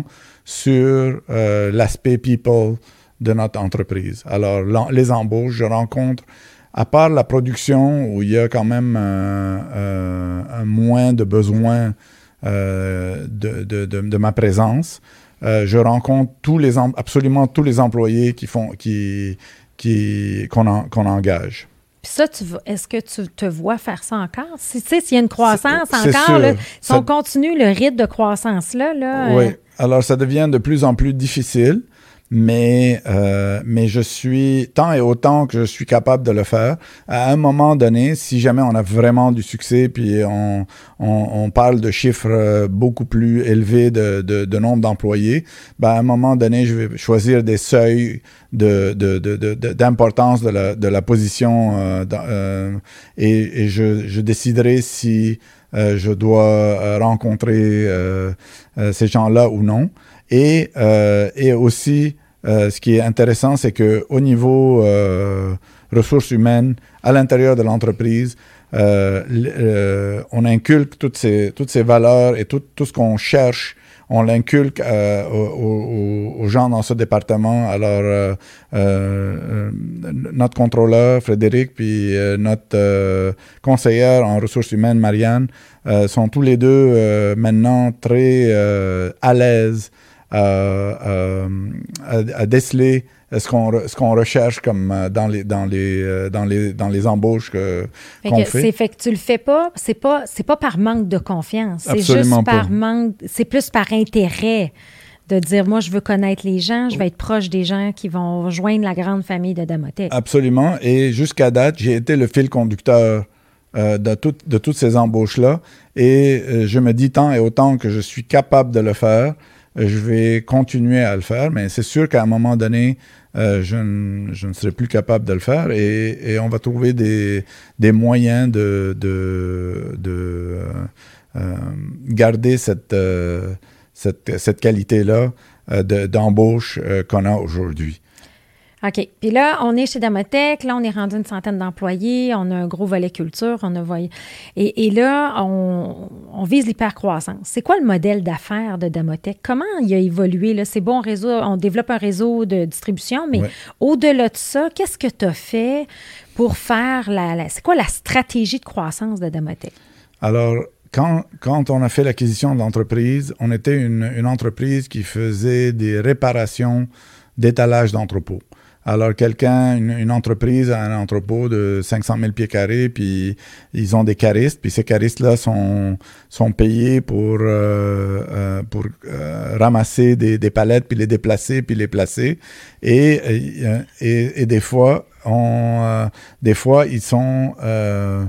sur euh, l'aspect people de notre entreprise. Alors, les embauches, je rencontre, à part la production où il y a quand même euh, euh, un moins de besoin euh, de, de, de, de ma présence, euh, je rencontre tous les, absolument tous les employés qui font, qui, qui, qu'on, en, qu'on engage. Puis ça, tu, est-ce que tu te vois faire ça encore? Si, tu sais, s'il y a une croissance c'est, encore, c'est là, si ça, on continue le rythme de croissance-là... Là, oui, euh... alors ça devient de plus en plus difficile, mais, euh, mais je suis, tant et autant que je suis capable de le faire, à un moment donné, si jamais on a vraiment du succès, puis on, on, on parle de chiffres beaucoup plus élevés de, de, de nombre d'employés, ben à un moment donné, je vais choisir des seuils de, de, de, de, d'importance de la, de la position euh, euh, et, et je, je déciderai si euh, je dois rencontrer euh, euh, ces gens-là ou non. Et, euh, et aussi, euh, ce qui est intéressant, c'est qu'au niveau euh, ressources humaines, à l'intérieur de l'entreprise, euh, euh, on inculque toutes ces, toutes ces valeurs et tout, tout ce qu'on cherche, on l'inculque euh, aux, aux, aux gens dans ce département. Alors, euh, euh, notre contrôleur, Frédéric, puis euh, notre euh, conseillère en ressources humaines, Marianne, euh, sont tous les deux euh, maintenant très euh, à l'aise Euh, euh, à, à déceler ce qu'on, re, ce qu'on recherche comme euh, dans les dans les euh, dans les dans les embauches que, fait qu'on que fait. C'est fait que tu le fais pas, c'est pas c'est pas par manque de confiance, c'est Absolument juste par pas. manque, c'est plus par intérêt de dire moi je veux connaître les gens, je vais être proche des gens qui vont rejoindre la grande famille de Damotech. Absolument, et jusqu'à date, j'ai été le fil conducteur euh, de tout, de toutes ces embauches là, et euh, je me dis tant et autant que je suis capable de le faire. Je vais continuer à le faire, mais c'est sûr qu'à un moment donné, euh, je, ne, je ne serai plus capable de le faire et, et on va trouver des, des moyens de, de, de euh, euh, garder cette, euh, cette, cette qualité-là euh, de, d'embauche euh, qu'on a aujourd'hui. OK. Puis là, on est chez Damotech. Là, on est rendu une centaine d'employés. On a un gros volet culture. On a voy... et, et là, on, on vise l'hypercroissance. C'est quoi le modèle d'affaires de Damotech? Comment il a évolué? Là? C'est bon réseau. On développe un réseau de distribution, mais ouais. Au-delà de ça, qu'est-ce que tu as fait pour faire la, la... C'est quoi la stratégie de croissance de Damotech? Alors, Quand, quand on a fait l'acquisition de l'entreprise, on était une, une entreprise qui faisait des réparations d'étalage d'entrepôts. Alors, quelqu'un, une, une entreprise a un entrepôt de cinq cent mille pieds carrés, puis ils ont des caristes, puis ces caristes-là sont, sont payés pour, euh, euh, pour euh, ramasser des, des palettes, puis les déplacer, puis les placer. Et, et, et des fois, on, euh, des fois, ils sont euh,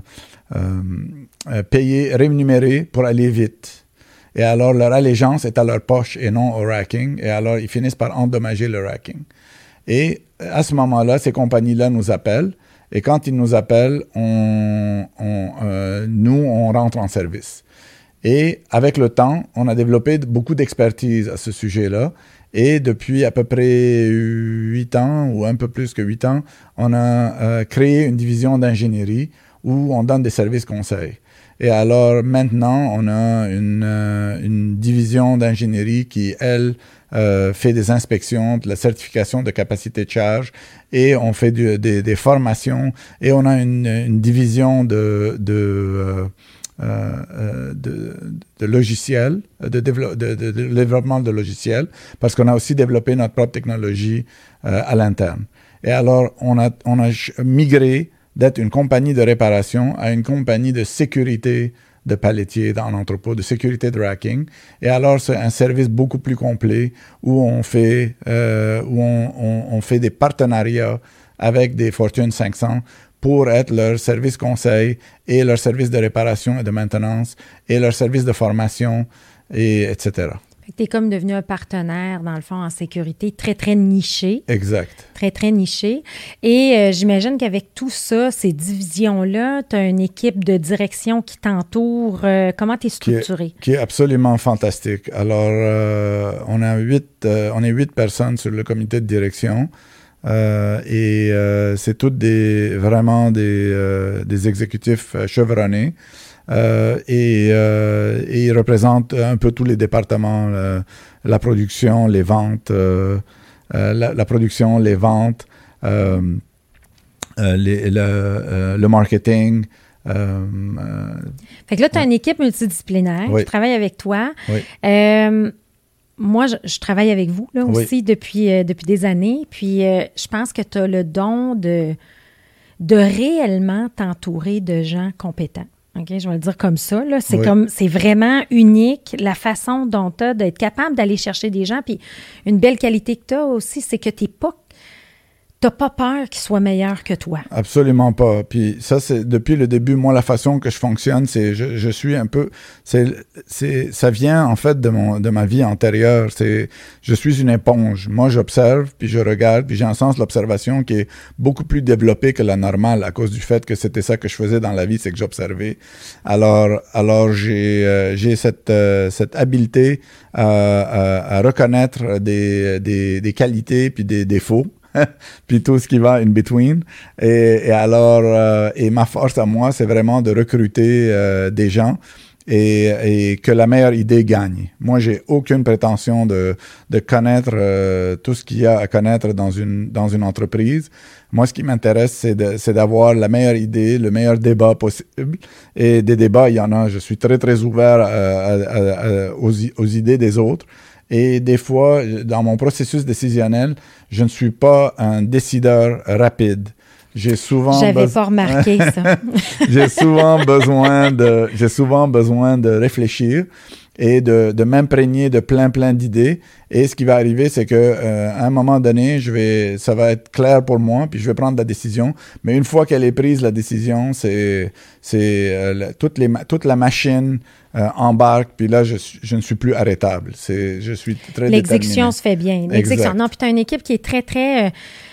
euh, payés, rémunérés pour aller vite. Et alors, leur allégeance est à leur poche et non au racking. Et alors, ils finissent par endommager le racking. Et à ce moment-là, ces compagnies-là nous appellent. Et quand ils nous appellent, on, on, euh, nous, on rentre en service. Et avec le temps, on a développé beaucoup d'expertise à ce sujet-là. Et depuis à peu près huit ans, ou un peu plus que huit ans, on a euh, créé une division d'ingénierie où on donne des services conseils. Et alors maintenant, on a une, euh, une division d'ingénierie qui, elle, euh, fait des inspections, de la certification de capacité de charge, et on fait du, des, des formations, et on a une, une division de, de, euh, euh, de, de logiciels, de, dévelop- de, de, de développement de logiciels, parce qu'on a aussi développé notre propre technologie euh, à l'interne. Et alors, on a, on a migré d'être une compagnie de réparation à une compagnie de sécurité de palettiers dans l'entrepôt, de sécurité de racking. Et alors, c'est un service beaucoup plus complet où on fait, euh, où on, on, on fait des partenariats avec des Fortune cinq cents pour être leur service conseil et leur service de réparation et de maintenance et leur service de formation, et, et cetera. Tu es comme devenu un partenaire, dans le fond, en sécurité, très, très niché. Exact. Très, très niché. Et euh, j'imagine qu'avec tout ça, ces divisions-là, tu as une équipe de direction qui t'entoure. Euh, comment tu es structuré? Qui est, qui est absolument fantastique. Alors, euh, on, a huit, euh, on est huit personnes sur le comité de direction. Euh, et euh, c'est tous des, vraiment des, euh, des exécutifs chevronnés. Euh, et, euh, et ils représentent un peu tous les départements, euh, la production, les ventes, euh, euh, la, la production, les ventes, euh, euh, les, le, euh, le marketing. Euh, euh, fait que là, tu as ouais. une équipe multidisciplinaire oui. qui travaille avec toi. Oui. Euh, moi, je, je travaille avec vous là, aussi oui. depuis, euh, depuis des années. Puis, euh, je pense que tu as le don de, de réellement t'entourer de gens compétents. OK, je vais le dire comme ça. Là. C'est, oui. comme, c'est vraiment unique la façon dont tu as d'être capable d'aller chercher des gens. Puis une belle qualité que tu as aussi, c'est que tu n'es pas, t'as pas peur qu'ils soient meilleurs que toi. Absolument pas. Puis ça, c'est depuis le début, moi, la façon que je fonctionne, c'est je, je suis un peu... C'est, c'est, ça vient, en fait, de, mon, de ma vie antérieure. C'est, je suis une éponge. Moi, j'observe, puis je regarde, puis j'ai un sens de l'observation qui est beaucoup plus développé que la normale à cause du fait que c'était ça que je faisais dans la vie, c'est que j'observais. Alors, alors j'ai, euh, j'ai cette, euh, cette habileté à, à, à reconnaître des, des, des qualités puis des défauts. Puis tout ce qui va in between. Et, et alors, euh, et ma force à moi, c'est vraiment de recruter euh, des gens et, et que la meilleure idée gagne. Moi, j'ai aucune prétention de, de connaître euh, tout ce qu'il y a à connaître dans une, dans une entreprise. Moi, ce qui m'intéresse, c'est, de, c'est d'avoir la meilleure idée, le meilleur débat possible. Et des débats, il y en a. Je suis très, très ouvert à, à, à, à, aux, aux idées des autres. Et des fois, dans mon processus décisionnel, je ne suis pas un décideur rapide. J'ai souvent J'avais be- pas remarqué ça. j'ai souvent besoin de, j'ai souvent besoin de réfléchir et de, de m'imprégner de plein, plein d'idées. Et ce qui va arriver, c'est que euh, à un moment donné, je vais, ça va être clair pour moi, puis je vais prendre la décision. Mais une fois qu'elle est prise, la décision, c'est, c'est euh, toute, les, toute la machine euh, embarque, puis là, je, je ne suis plus arrêtable. C'est, je suis très L'exécution déterminé. se fait bien. L'exécution. Non, puis tu as une équipe qui est très, très... Euh,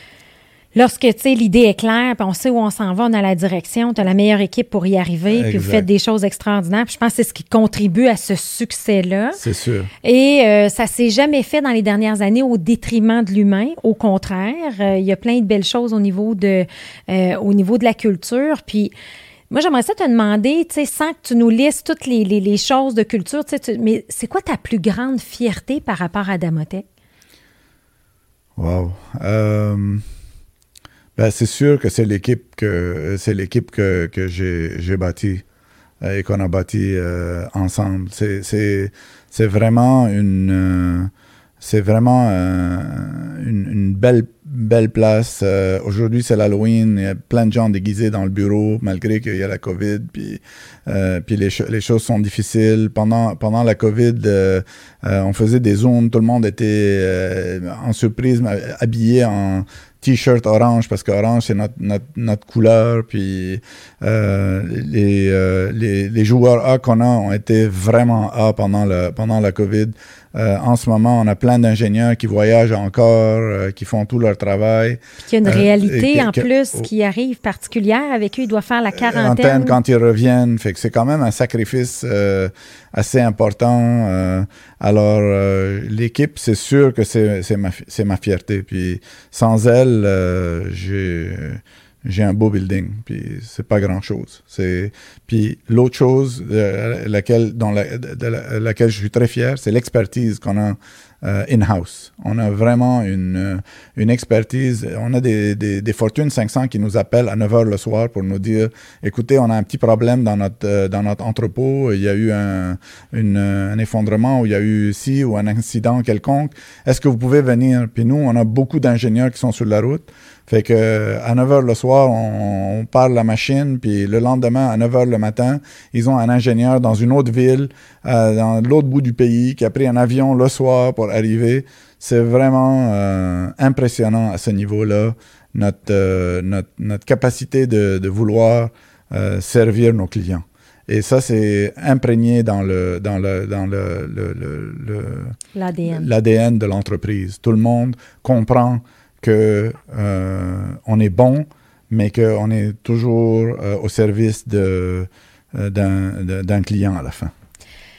lorsque, tu sais, l'idée est claire, puis on sait où on s'en va, on a la direction, tu as la meilleure équipe pour y arriver, exact. Puis vous faites des choses extraordinaires. Puis je pense que c'est ce qui contribue à ce succès-là. C'est sûr. Et euh, ça s'est jamais fait dans les dernières années au détriment de l'humain. Au contraire, euh, il y a plein de belles choses au niveau de, euh, au niveau de la culture. Puis moi, j'aimerais ça te demander, tu sais, sans que tu nous listes toutes les, les, les choses de culture, tu sais, mais c'est quoi ta plus grande fierté par rapport à Damotech? Wow. Euh... Ben, c'est sûr que c'est l'équipe que c'est l'équipe que, que j'ai, j'ai bâtie euh, et qu'on a bâti euh, ensemble. C'est, c'est, c'est vraiment une euh, c'est vraiment euh, une, une belle belle place. Euh, aujourd'hui, c'est l'Halloween. Il y a plein de gens déguisés dans le bureau, malgré qu'il y a la COVID. Puis, euh, puis les, cho- les choses sont difficiles. Pendant, pendant la COVID, euh, euh, on faisait des zooms. Tout le monde était euh, en surprise, habillé en T-shirt orange, parce que orange, c'est notre, notre, notre couleur. Puis euh, les, euh, les, les joueurs A qu'on a ont été vraiment A pendant, le, pendant la COVID. Euh, en ce moment, on a plein d'ingénieurs qui voyagent encore, euh, qui font tout leur travail. Puis qu'il y a une euh, réalité que, en que, plus oh, qui arrive particulière avec eux. Ils doivent faire la quarantaine. Quand ils reviennent. Fait que c'est quand même un sacrifice euh, assez important. Euh, alors, euh, l'équipe, c'est sûr que c'est, c'est, ma, c'est ma fierté. Puis sans elle, euh, j'ai... j'ai un beau building, puis c'est pas grand-chose. C'est... Puis l'autre chose, euh, laquelle, dont la, de la, laquelle je suis très fier, c'est l'expertise qu'on a euh, in-house. On a vraiment une, une expertise. On a des, des, des Fortune cinq cents qui nous appellent à neuf heures le soir pour nous dire, écoutez, on a un petit problème dans notre, euh, dans notre entrepôt, il y a eu un, une, un effondrement, ou il y a eu ci, ou un incident quelconque. Est-ce que vous pouvez venir? Puis nous, on a beaucoup d'ingénieurs qui sont sur la route. Fait que à neuf heures le soir, on, on part la machine, puis le lendemain, à neuf heures le matin, ils ont un ingénieur dans une autre ville, euh, dans l'autre bout du pays, qui a pris un avion le soir pour arriver. C'est vraiment euh, impressionnant à ce niveau-là, notre, euh, notre, notre capacité de, de vouloir euh, servir nos clients. Et ça, c'est imprégné dans le dans le dans le, le, le, le l'A D N. l'A D N de l'entreprise. Tout le monde comprend que euh, on est bon, mais qu'on est toujours euh, au service de, euh, d'un, de, d'un client à la fin.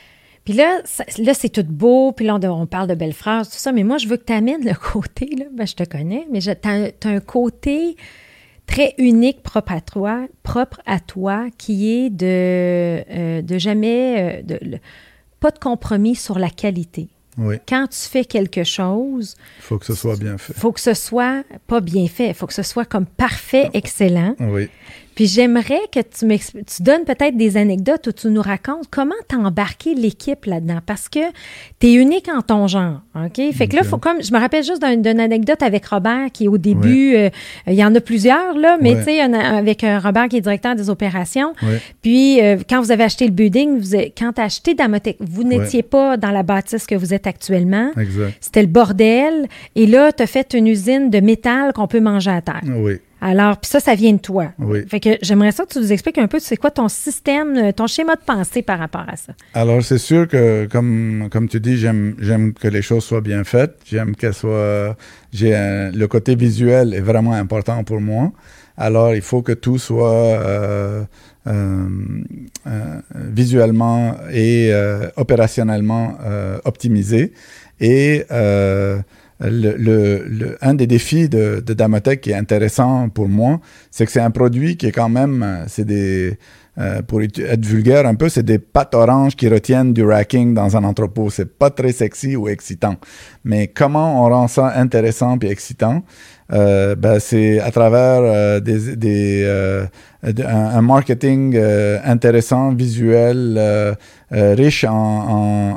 Puis là, ça, là, c'est tout beau, puis là, on, on parle de belles phrases, tout ça, mais moi, je veux que tu amènes le côté, là, ben, je te connais, mais tu as un côté très unique, propre à toi, propre à toi, qui est de, euh, de jamais, euh, de, le, pas de compromis sur la qualité. Oui. Quand tu fais quelque chose... Il faut que ce soit bien fait. Il faut que ce soit pas bien fait, il faut que ce soit comme parfait, excellent. Oui. Puis j'aimerais que tu, tu donnes peut-être des anecdotes où tu nous racontes comment t'as embarqué l'équipe là-dedans, parce que t'es unique en ton genre, OK? Fait okay. que là, faut comme, je me rappelle juste d'un, d'une anecdote avec Robert qui, au début, il oui. euh, y en a plusieurs, là, mais oui. tu sais, avec euh, Robert qui est directeur des opérations. Oui. Puis, euh, quand vous avez acheté le building, vous avez, quand tu as acheté Damotech, vous n'étiez oui. pas dans la bâtisse que vous êtes actuellement. Exact. C'était le bordel. Et là, tu as fait une usine de métal qu'on peut manger à terre. Oui. Alors, puis ça, ça vient de toi. Oui. Fait que j'aimerais ça que tu nous expliques un peu, c'est quoi ton système, ton schéma de pensée par rapport à ça. Alors, c'est sûr que, comme, comme tu dis, j'aime, j'aime que les choses soient bien faites. J'aime qu'elles soient... J'ai un, le côté visuel est vraiment important pour moi. Alors, il faut que tout soit euh, euh, euh, visuellement et euh, opérationnellement euh, optimisé. Et... Euh, Le, le, le, un des défis de, de Damotech qui est intéressant pour moi, c'est que c'est un produit qui est quand même, c'est des, euh, pour être vulgaire un peu, c'est des pâtes oranges qui retiennent du racking dans un entrepôt. C'est pas très sexy ou excitant. Mais comment on rend ça intéressant puis excitant? Euh, ben c'est à travers euh, des, des, euh, un, un marketing euh, intéressant, visuel, euh, euh, riche en, en,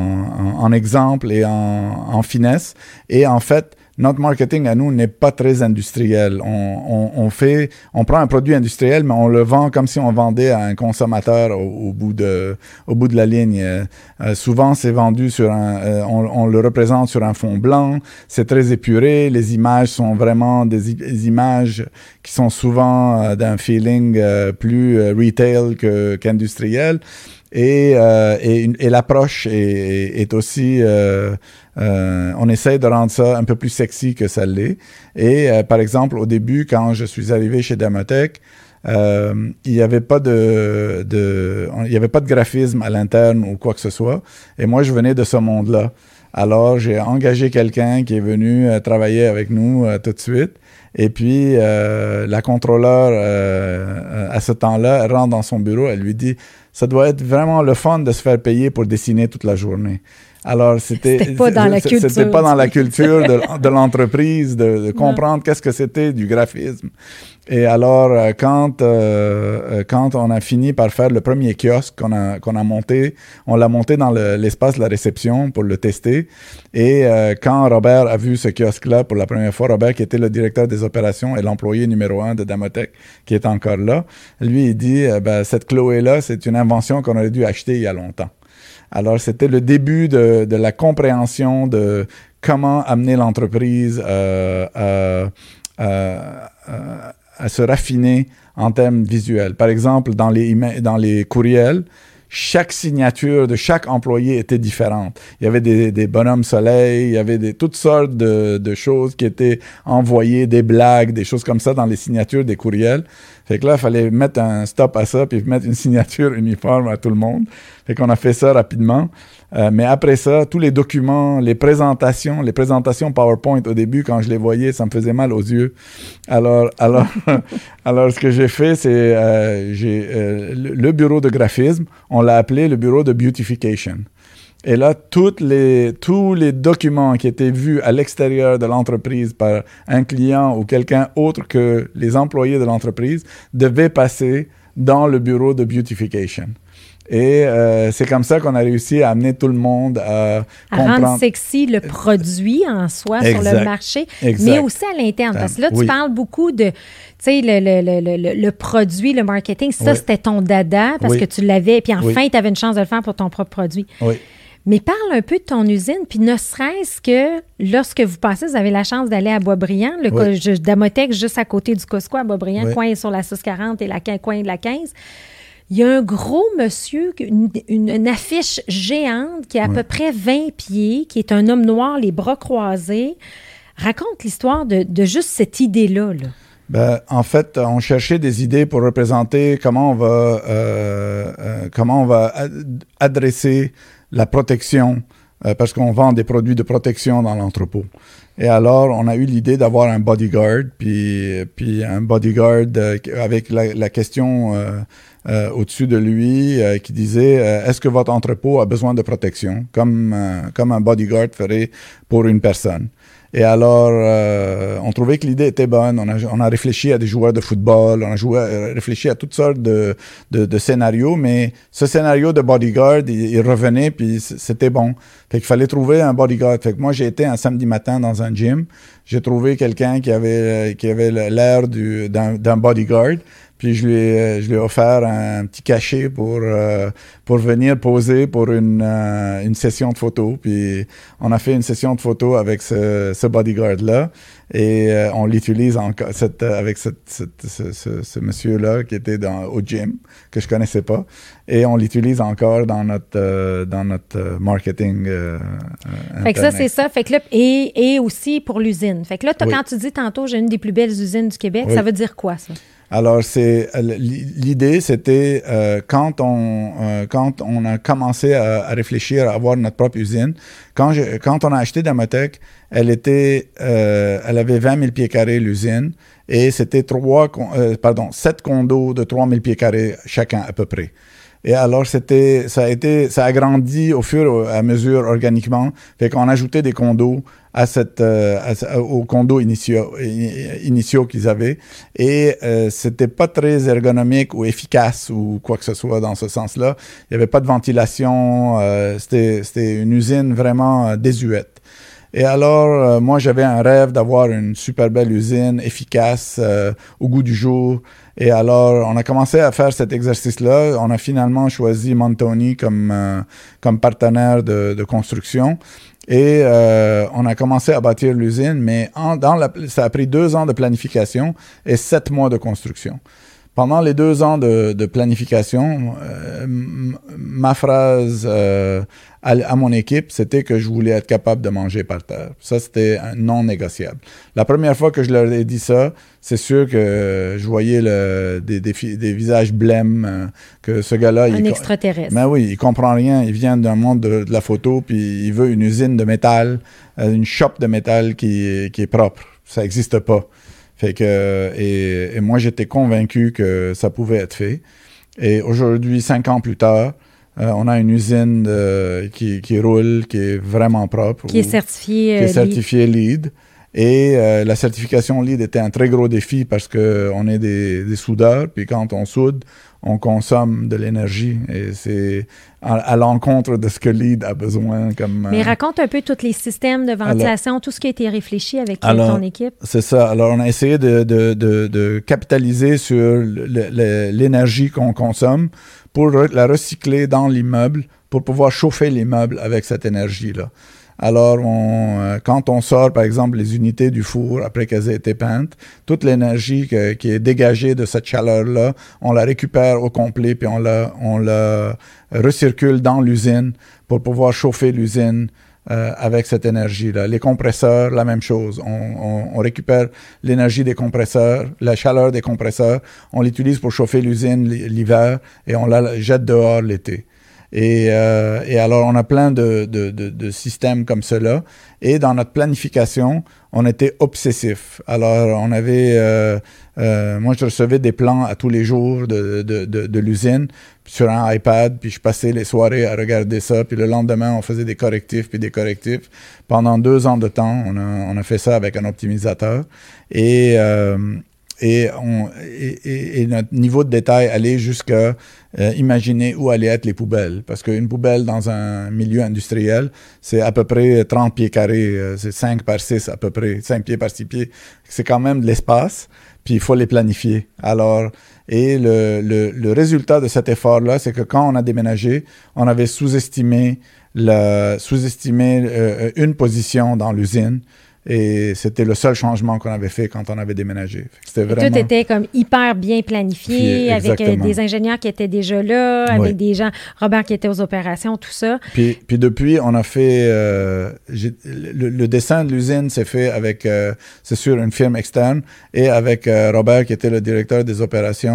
en, en exemples et en, en finesse. Et en fait, notre marketing à nous n'est pas très industriel. On, on, on fait, on prend un produit industriel, mais on le vend comme si on vendait à un consommateur au, au bout de, au bout de la ligne. Euh, souvent, c'est vendu sur un, euh, on, on le représente sur un fond blanc. C'est très épuré. Les images sont vraiment des, des images qui sont souvent euh, d'un feeling euh, plus euh, retail que, qu'industriel. Et, euh, et, et l'approche est, est aussi... Euh, Euh, on essaie de rendre ça un peu plus sexy que ça l'est. Et euh, par exemple, au début, quand je suis arrivé chez Damotech, euh, il n'y avait pas de, de, il y avait pas de graphisme à l'interne ou quoi que ce soit. Et moi, je venais de ce monde-là. Alors, j'ai engagé quelqu'un qui est venu euh, travailler avec nous euh, tout de suite. Et puis, euh, la contrôleur, euh, à ce temps-là, elle rentre dans son bureau, elle lui dit « Ça doit être vraiment le fun de se faire payer pour dessiner toute la journée. » Alors, c'était, c'était pas dans la culture. C'était pas dans la culture de, de l'entreprise de, de comprendre non. qu'est-ce que c'était du graphisme. Et alors, quand, euh, quand on a fini par faire le premier kiosque qu'on a, qu'on a monté, on l'a monté dans le, l'espace de la réception pour le tester. Et euh, quand Robert a vu ce kiosque-là pour la première fois, Robert, qui était le directeur des opérations et l'employé numéro un de Damotech, qui est encore là, lui, il dit, euh, ben, cette Chloé-là, c'est une invention qu'on aurait dû acheter il y a longtemps. Alors, c'était le début de, de la compréhension de comment amener l'entreprise euh, à, à, à, à se raffiner en termes visuels. Par exemple, dans les, dans les courriels, chaque signature de chaque employé était différente. Il y avait des, des bonhommes soleil, il y avait des, toutes sortes de, de choses qui étaient envoyées, des blagues, des choses comme ça dans les signatures des courriels. Fait que là, il fallait mettre un stop à ça puis mettre une signature uniforme à tout le monde. Fait qu'on a fait ça rapidement. Euh, mais après ça, tous les documents, les présentations, les présentations PowerPoint au début, quand je les voyais, ça me faisait mal aux yeux. Alors, alors, alors ce que j'ai fait, c'est euh, j'ai euh, le, le bureau de graphisme, on l'a appelé le bureau de beautification. Et là, toutes les, tous les documents qui étaient vus à l'extérieur de l'entreprise par un client ou quelqu'un autre que les employés de l'entreprise devaient passer dans le bureau de beautification. Et euh, c'est comme ça qu'on a réussi à amener tout le monde à, à comprendre. rendre sexy le produit en soi exact. Sur le marché, exact. Mais aussi à l'interne. Parce que là, tu oui. parles beaucoup de, tu sais, le, le, le, le, le produit, le marketing. Ça, oui. c'était ton dada parce oui. que tu l'avais. Puis enfin, oui. tu avais une chance de le faire pour ton propre produit. Oui. Mais parle un peu de ton usine, puis ne serait-ce que lorsque vous passez, vous avez la chance d'aller à Boisbriand, le oui. co- Damotech, juste à côté du Costco à Boisbriand, oui. coin sur la six quarante et la coin de la quinze. Il y a un gros monsieur, une, une, une affiche géante qui a à oui. peu près vingt pieds, qui est un homme noir, les bras croisés. Raconte l'histoire de, de juste cette idée-là. Là. Ben, en fait, on cherchait des idées pour représenter comment on va, euh, euh, comment on va ad- adresser la protection, euh, parce qu'on vend des produits de protection dans l'entrepôt. Et alors, on a eu l'idée d'avoir un bodyguard, puis, puis un bodyguard euh, avec la, la question euh, euh, au-dessus de lui euh, qui disait euh, « Est-ce que votre entrepôt a besoin de protection? » comme, euh, comme un bodyguard ferait pour une personne. Et alors, euh, on trouvait que l'idée était bonne. On a, on a réfléchi à des joueurs de football, on a joué, réfléchi à toutes sortes de, de, de scénarios, mais ce scénario de bodyguard, il, il revenait, puis c'était bon. Fait qu'il fallait trouver un bodyguard. Fait que moi, j'ai été un samedi matin dans un gym. J'ai trouvé quelqu'un qui avait, qui avait l'air du, d'un, d'un bodyguard. Puis je lui ai, je lui ai offert un petit cachet pour, euh, pour venir poser pour une, euh, une session de photos. Puis on a fait une session de photos avec ce, ce bodyguard-là. Et euh, on l'utilise encore cette, avec cette, cette, ce, ce, ce monsieur-là qui était dans, au gym, que je connaissais pas. Et on l'utilise encore dans notre, euh, dans notre marketing euh, Fait que ça, c'est ça. Fait que là, et, et aussi pour l'usine. Fait que là, oui. Quand tu dis tantôt, j'ai une des plus belles usines du Québec, oui. Ça veut dire quoi, ça? Alors, c'est l'idée, c'était euh, quand on euh, quand on a commencé à, à réfléchir à avoir notre propre usine, quand je, quand on a acheté Damotech, elle était euh, elle avait vingt mille pieds carrés l'usine et c'était trois euh, pardon sept condos de trois mille pieds carrés chacun à peu près. Et alors, c'était, ça a été, ça a grandi au fur et à mesure organiquement. Fait qu'on ajoutait des condos à cette, euh, à, aux condos initiaux, initiaux qu'ils avaient. Et euh, c'était pas très ergonomique ou efficace ou quoi que ce soit dans ce sens-là. Il y avait pas de ventilation. Euh, c'était, c'était une usine vraiment euh, désuète. Et alors, euh, moi, j'avais un rêve d'avoir une super belle usine, efficace, euh, au goût du jour. Et alors, on a commencé à faire cet exercice-là. On a finalement choisi Montoni comme, euh, comme partenaire de, de construction. Et euh, on a commencé à bâtir l'usine, mais en, dans la, ça a pris deux ans de planification et sept mois de construction. Pendant les deux ans de, de planification, euh, m- ma phrase euh, à, à mon équipe, c'était que je voulais être capable de manger par terre. Ça, c'était non négociable. La première fois que je leur ai dit ça, c'est sûr que je voyais le, des, des, des visages blêmes, euh, que ce gars-là... Un il, extraterrestre. Ben oui, il comprend rien. Il vient d'un monde de, de la photo, puis il veut une usine de métal, euh, une shop de métal qui, qui est propre. Ça n'existe pas. Fait que, et, et moi, j'étais convaincu que ça pouvait être fait. Et aujourd'hui, cinq ans plus tard, euh, on a une usine de, qui, qui roule, qui est vraiment propre. Qui est certifiée Qui est certifiée LEED. Et euh, la certification LEED était un très gros défi parce qu'on est des, des soudeurs, puis quand on soude, on consomme de l'énergie. Et c'est à, à l'encontre de ce que LEED a besoin. Comme, Mais euh, raconte un peu tous les systèmes de ventilation, alors, tout ce qui a été réfléchi avec alors, ton équipe. C'est ça. Alors, on a essayé de, de, de, de capitaliser sur le, le, l'énergie qu'on consomme pour re- la recycler dans l'immeuble, pour pouvoir chauffer l'immeuble avec cette énergie-là. Alors, on, euh, quand on sort, par exemple, les unités du four après qu'elles aient été peintes, toute l'énergie que, qui est dégagée de cette chaleur-là, on la récupère au complet, puis on la, on la recircule dans l'usine pour pouvoir chauffer l'usine euh, avec cette énergie-là. Les compresseurs, la même chose. On, on, on récupère l'énergie des compresseurs, la chaleur des compresseurs, on l'utilise pour chauffer l'usine l'hiver et on la jette dehors l'été. Et, euh, et alors, on a plein de, de, de, de systèmes comme cela. Et dans notre planification, on était obsessif. Alors, on avait... Euh, euh, moi, je recevais des plans à tous les jours de, de, de, de l'usine sur un iPad, puis je passais les soirées à regarder ça. Puis le lendemain, on faisait des correctifs, puis des correctifs. Pendant deux ans de temps, on a, on a fait ça avec un optimisateur. Et... Euh, Et, on, et, et, et notre niveau de détail allait jusqu'à euh, imaginer où allaient être les poubelles. Parce qu'une poubelle dans un milieu industriel, c'est à peu près trente pieds carrés, euh, c'est cinq par six à peu près, cinq pieds par six pieds. C'est quand même de l'espace, puis il faut les planifier. Alors, et le, le, le résultat de cet effort-là, c'est que quand on a déménagé, on avait sous-estimé, la, sous-estimé euh, une position dans l'usine. Et c'était le seul changement qu'on avait fait quand on avait déménagé. C'était vraiment... Tout était comme hyper bien planifié, avec euh, des ingénieurs qui étaient déjà là, avec oui. des gens, Robert qui était aux opérations, tout ça. Puis, puis depuis, on a fait... Euh, le, le dessin de l'usine s'est fait avec, euh, c'est sûr, une firme externe et avec euh, Robert qui était le directeur des opérations.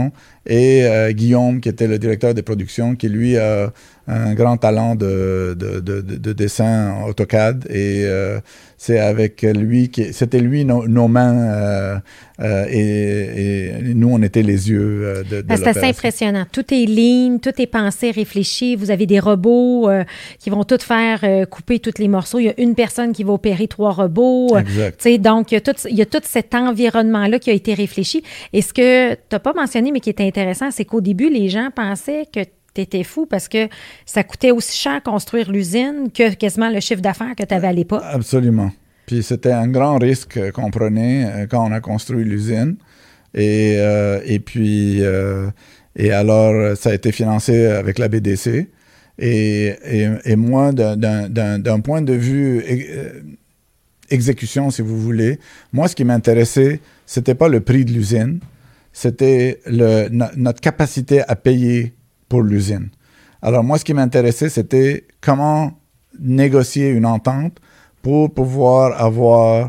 et euh, Guillaume, qui était le directeur des productions, qui lui a un grand talent de, de, de, de, de dessin AutoCAD. Et euh, c'est avec lui, qui, c'était lui nos, nos mains euh, euh, et, et nous, on était les yeux euh, de, de ben, c'est assez impressionnant. Tout est lean, tout est pensé, réfléchi. Vous avez des robots euh, qui vont tout faire euh, couper tous les morceaux. Il y a une personne qui va opérer trois robots. Exact. Euh, donc, il y, a tout, il y a tout cet environnement-là qui a été réfléchi. Et ce que tu n'as pas mentionné, mais qui est intéressant, c'est qu'au début, les gens pensaient que t'étais fou parce que ça coûtait aussi cher construire l'usine que quasiment le chiffre d'affaires que tu avais à l'époque. Absolument. Puis c'était un grand risque qu'on prenait quand on a construit l'usine. Et, euh, et puis, euh, et alors, ça a été financé avec la B D C. Et, et, et moi, d'un, d'un, d'un point de vue euh, exécution, si vous voulez, moi, ce qui m'intéressait, c'était pas le prix de l'usine, c'était le, no, notre capacité à payer pour l'usine. Alors moi, ce qui m'intéressait, c'était comment négocier une entente pour pouvoir avoir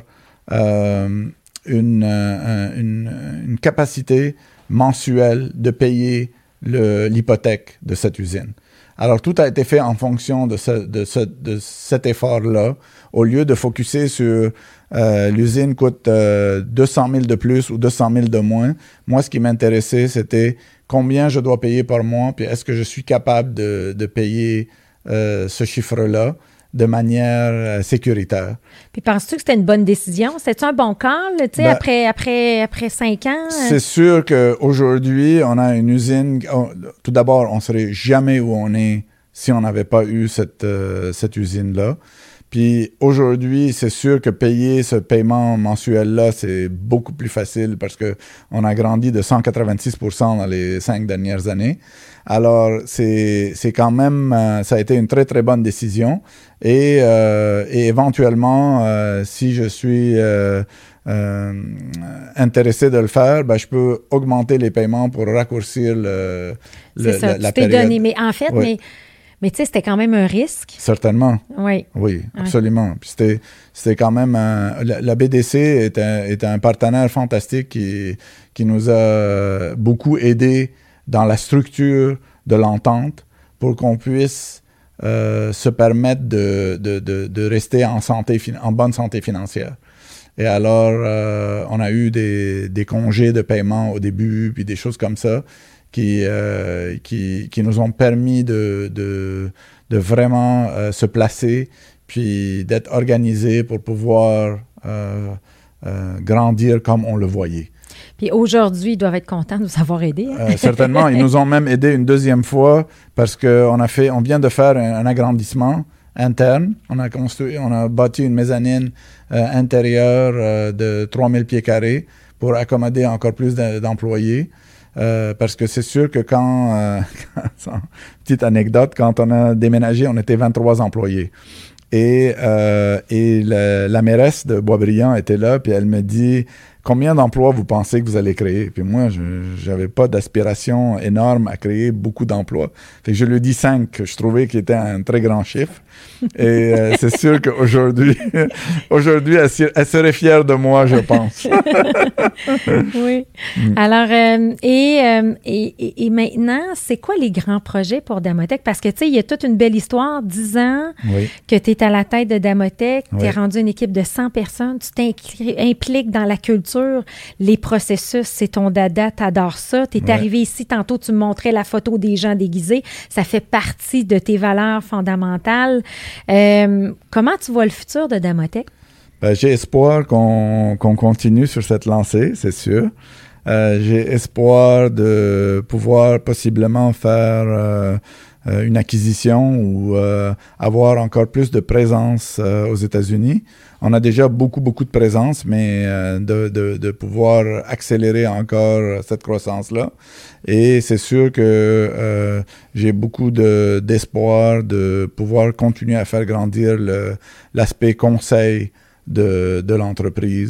euh, une, euh, une, une capacité mensuelle de payer le, l'hypothèque de cette usine. Alors tout a été fait en fonction de, ce, de, ce, de cet effort-là, au lieu de focuser sur euh, l'usine coûte euh, deux cent mille de plus ou deux cent mille de moins. Moi, ce qui m'intéressait, c'était combien je dois payer par mois, puis est-ce que je suis capable de, de payer euh, ce chiffre-là de manière euh, sécuritaire. Puis penses-tu que c'était une bonne décision? C'était un bon call, tu sais, ben, après, après, après cinq ans? C'est sûr qu'aujourd'hui, on a une usine... On, tout d'abord, on ne serait jamais où on est si on n'avait pas eu cette, euh, cette usine-là. Puis aujourd'hui, c'est sûr que payer ce paiement mensuel-là, c'est beaucoup plus facile parce qu'on a grandi de cent quatre-vingt-six pour cent dans les cinq dernières années. Alors, c'est, c'est quand même, euh, ça a été une très, très bonne décision. Et, euh, et éventuellement, euh, si je suis euh, euh, intéressé de le faire, ben, je peux augmenter les paiements pour raccourcir le, le, c'est ça, la, la tu t'es période. donné. Mais en fait, oui. mais... Mais tu sais, c'était quand même un risque. Certainement. Oui. Oui, absolument. Oui. Puis c'était, c'était quand même... Un, la, la B D C est un, est un partenaire fantastique qui, qui nous a beaucoup aidés dans la structure de l'entente pour qu'on puisse euh, se permettre de, de, de, de rester en, santé, en bonne santé financière. Et alors, euh, on a eu des, des congés de paiement au début, puis des choses comme ça. Qui, euh, qui, qui nous ont permis de, de, de vraiment euh, se placer, puis d'être organisés pour pouvoir euh, euh, grandir comme on le voyait. Puis aujourd'hui, ils doivent être contents de nous avoir aidés. Hein? Euh, certainement. Ils nous ont même aidés une deuxième fois parce qu'on a fait, on vient de faire un, un agrandissement interne. On a construit, on a bâti une mezzanine euh, intérieure euh, de trois mille pieds carrés pour accommoder encore plus de, d'employés. Euh, parce que c'est sûr que quand, euh, quand, petite anecdote, quand on a déménagé, on était vingt-trois employés. Et, euh, et le, la mairesse de Boisbriand était là, puis elle me dit « Combien d'emplois vous pensez que vous allez créer? » Puis moi, je n'avais pas d'aspiration énorme à créer beaucoup d'emplois. Fait que je lui dis cinq, que je trouvais qu'il était un très grand chiffre. Et euh, c'est sûr qu'aujourd'hui, aujourd'hui, elle, elle serait fière de moi, je pense. Oui. Mm. Alors, euh, et, euh, et, et maintenant, c'est quoi les grands projets pour Damotech? Parce que, tu sais, il y a toute une belle histoire, dix ans oui. que tu es à la tête de Damotech, tu es oui. rendu une équipe de cent personnes, tu t'impliques dans la culture, les processus, c'est ton dada, tu adores ça. Tu es oui. arrivé ici, tantôt, tu me montrais la photo des gens déguisés, ça fait partie de tes valeurs fondamentales. Euh, comment tu vois le futur de Damotech? Ben, j'ai espoir qu'on, qu'on continue sur cette lancée, c'est sûr. Euh, j'ai espoir de pouvoir possiblement faire euh, une acquisition ou euh, avoir encore plus de présence euh, aux États-Unis. On a déjà beaucoup, beaucoup de présence, mais euh, de, de, de pouvoir accélérer encore cette croissance-là. Et c'est sûr que euh, j'ai beaucoup de, d'espoir de pouvoir continuer à faire grandir le, l'aspect conseil de, de l'entreprise.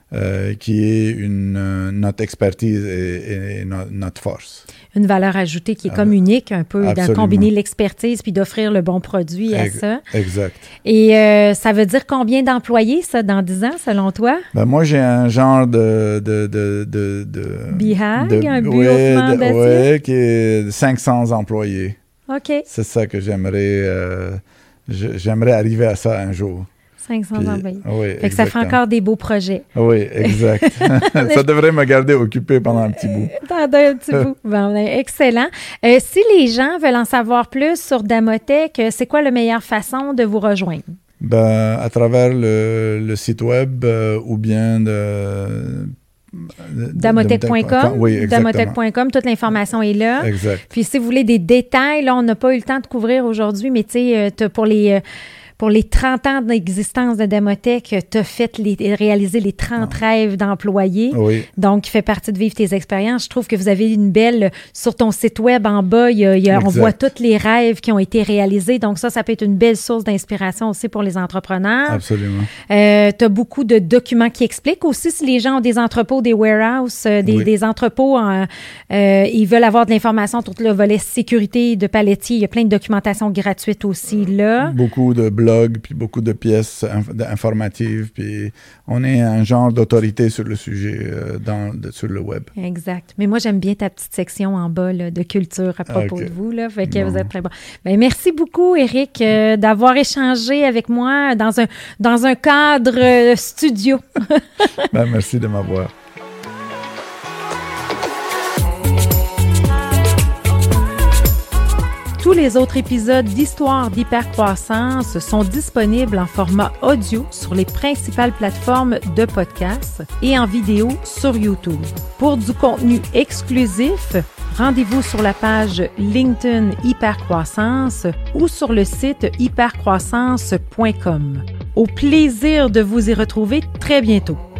euh, qui est une, euh, notre expertise et, et no, notre force. Une valeur ajoutée qui est comme unique, un peu, Absolument. de combiner l'expertise puis d'offrir le bon produit à Ex- ça. Exact. Et euh, ça veut dire combien d'employés, ça, dans dix ans, selon toi? Ben moi, j'ai un genre de... de, de, de, de BHAG, de, un ouais, bureau d'acier? Oui, qui est cinq cents employés. OK. C'est ça que j'aimerais... Euh, j'aimerais arriver à ça un jour. cinq cents Puis, employés. Oui, fait que ça fait encore des beaux projets. Oui, exact. Ça devrait me garder occupé pendant un petit bout. Pendant un petit bout. Bon, excellent. Euh, si les gens veulent en savoir plus sur Damotech, c'est quoi la meilleure façon de vous rejoindre? Ben, à travers le, le site web euh, ou bien de... Damotech point com. Oui, Damotech point com, toute l'information est là. Exact. Puis si vous voulez des détails, là, on n'a pas eu le temps de couvrir aujourd'hui, mais tu sais, euh, pour les... Euh, Pour les trente ans d'existence de Damotech, tu as fait les, réalisé les trente ah. rêves d'employés. Oui. Donc, il fait partie de vivre tes expériences. Je trouve que vous avez une belle... Sur ton site web, en bas, il y a, il y a, on voit tous les rêves qui ont été réalisés. Donc, ça, ça peut être une belle source d'inspiration aussi pour les entrepreneurs. Absolument. Euh, tu as beaucoup de documents qui expliquent aussi si les gens ont des entrepôts, des warehouses, euh, des, oui. des entrepôts, en, euh, ils veulent avoir de l'information sur le volet sécurité de palettier. Il y a plein de documentation gratuite aussi là. Beaucoup de blog, puis beaucoup de pièces inf- informatives, puis on est un genre d'autorité sur le sujet euh, dans, de, sur le web. Exact. Mais moi, j'aime bien ta petite section en bas là, de culture à propos okay. de vous. Là, fait que bon. Vous êtes très bon. Ben, merci beaucoup, Éric, euh, d'avoir échangé avec moi dans un, dans un cadre euh, studio. Ben, merci de m'avoir. Tous les autres épisodes d'Histoire d'hypercroissance sont disponibles en format audio sur les principales plateformes de podcast et en vidéo sur YouTube. Pour du contenu exclusif, rendez-vous sur la page LinkedIn Hypercroissance ou sur le site hypercroissance point com. Au plaisir de vous y retrouver très bientôt.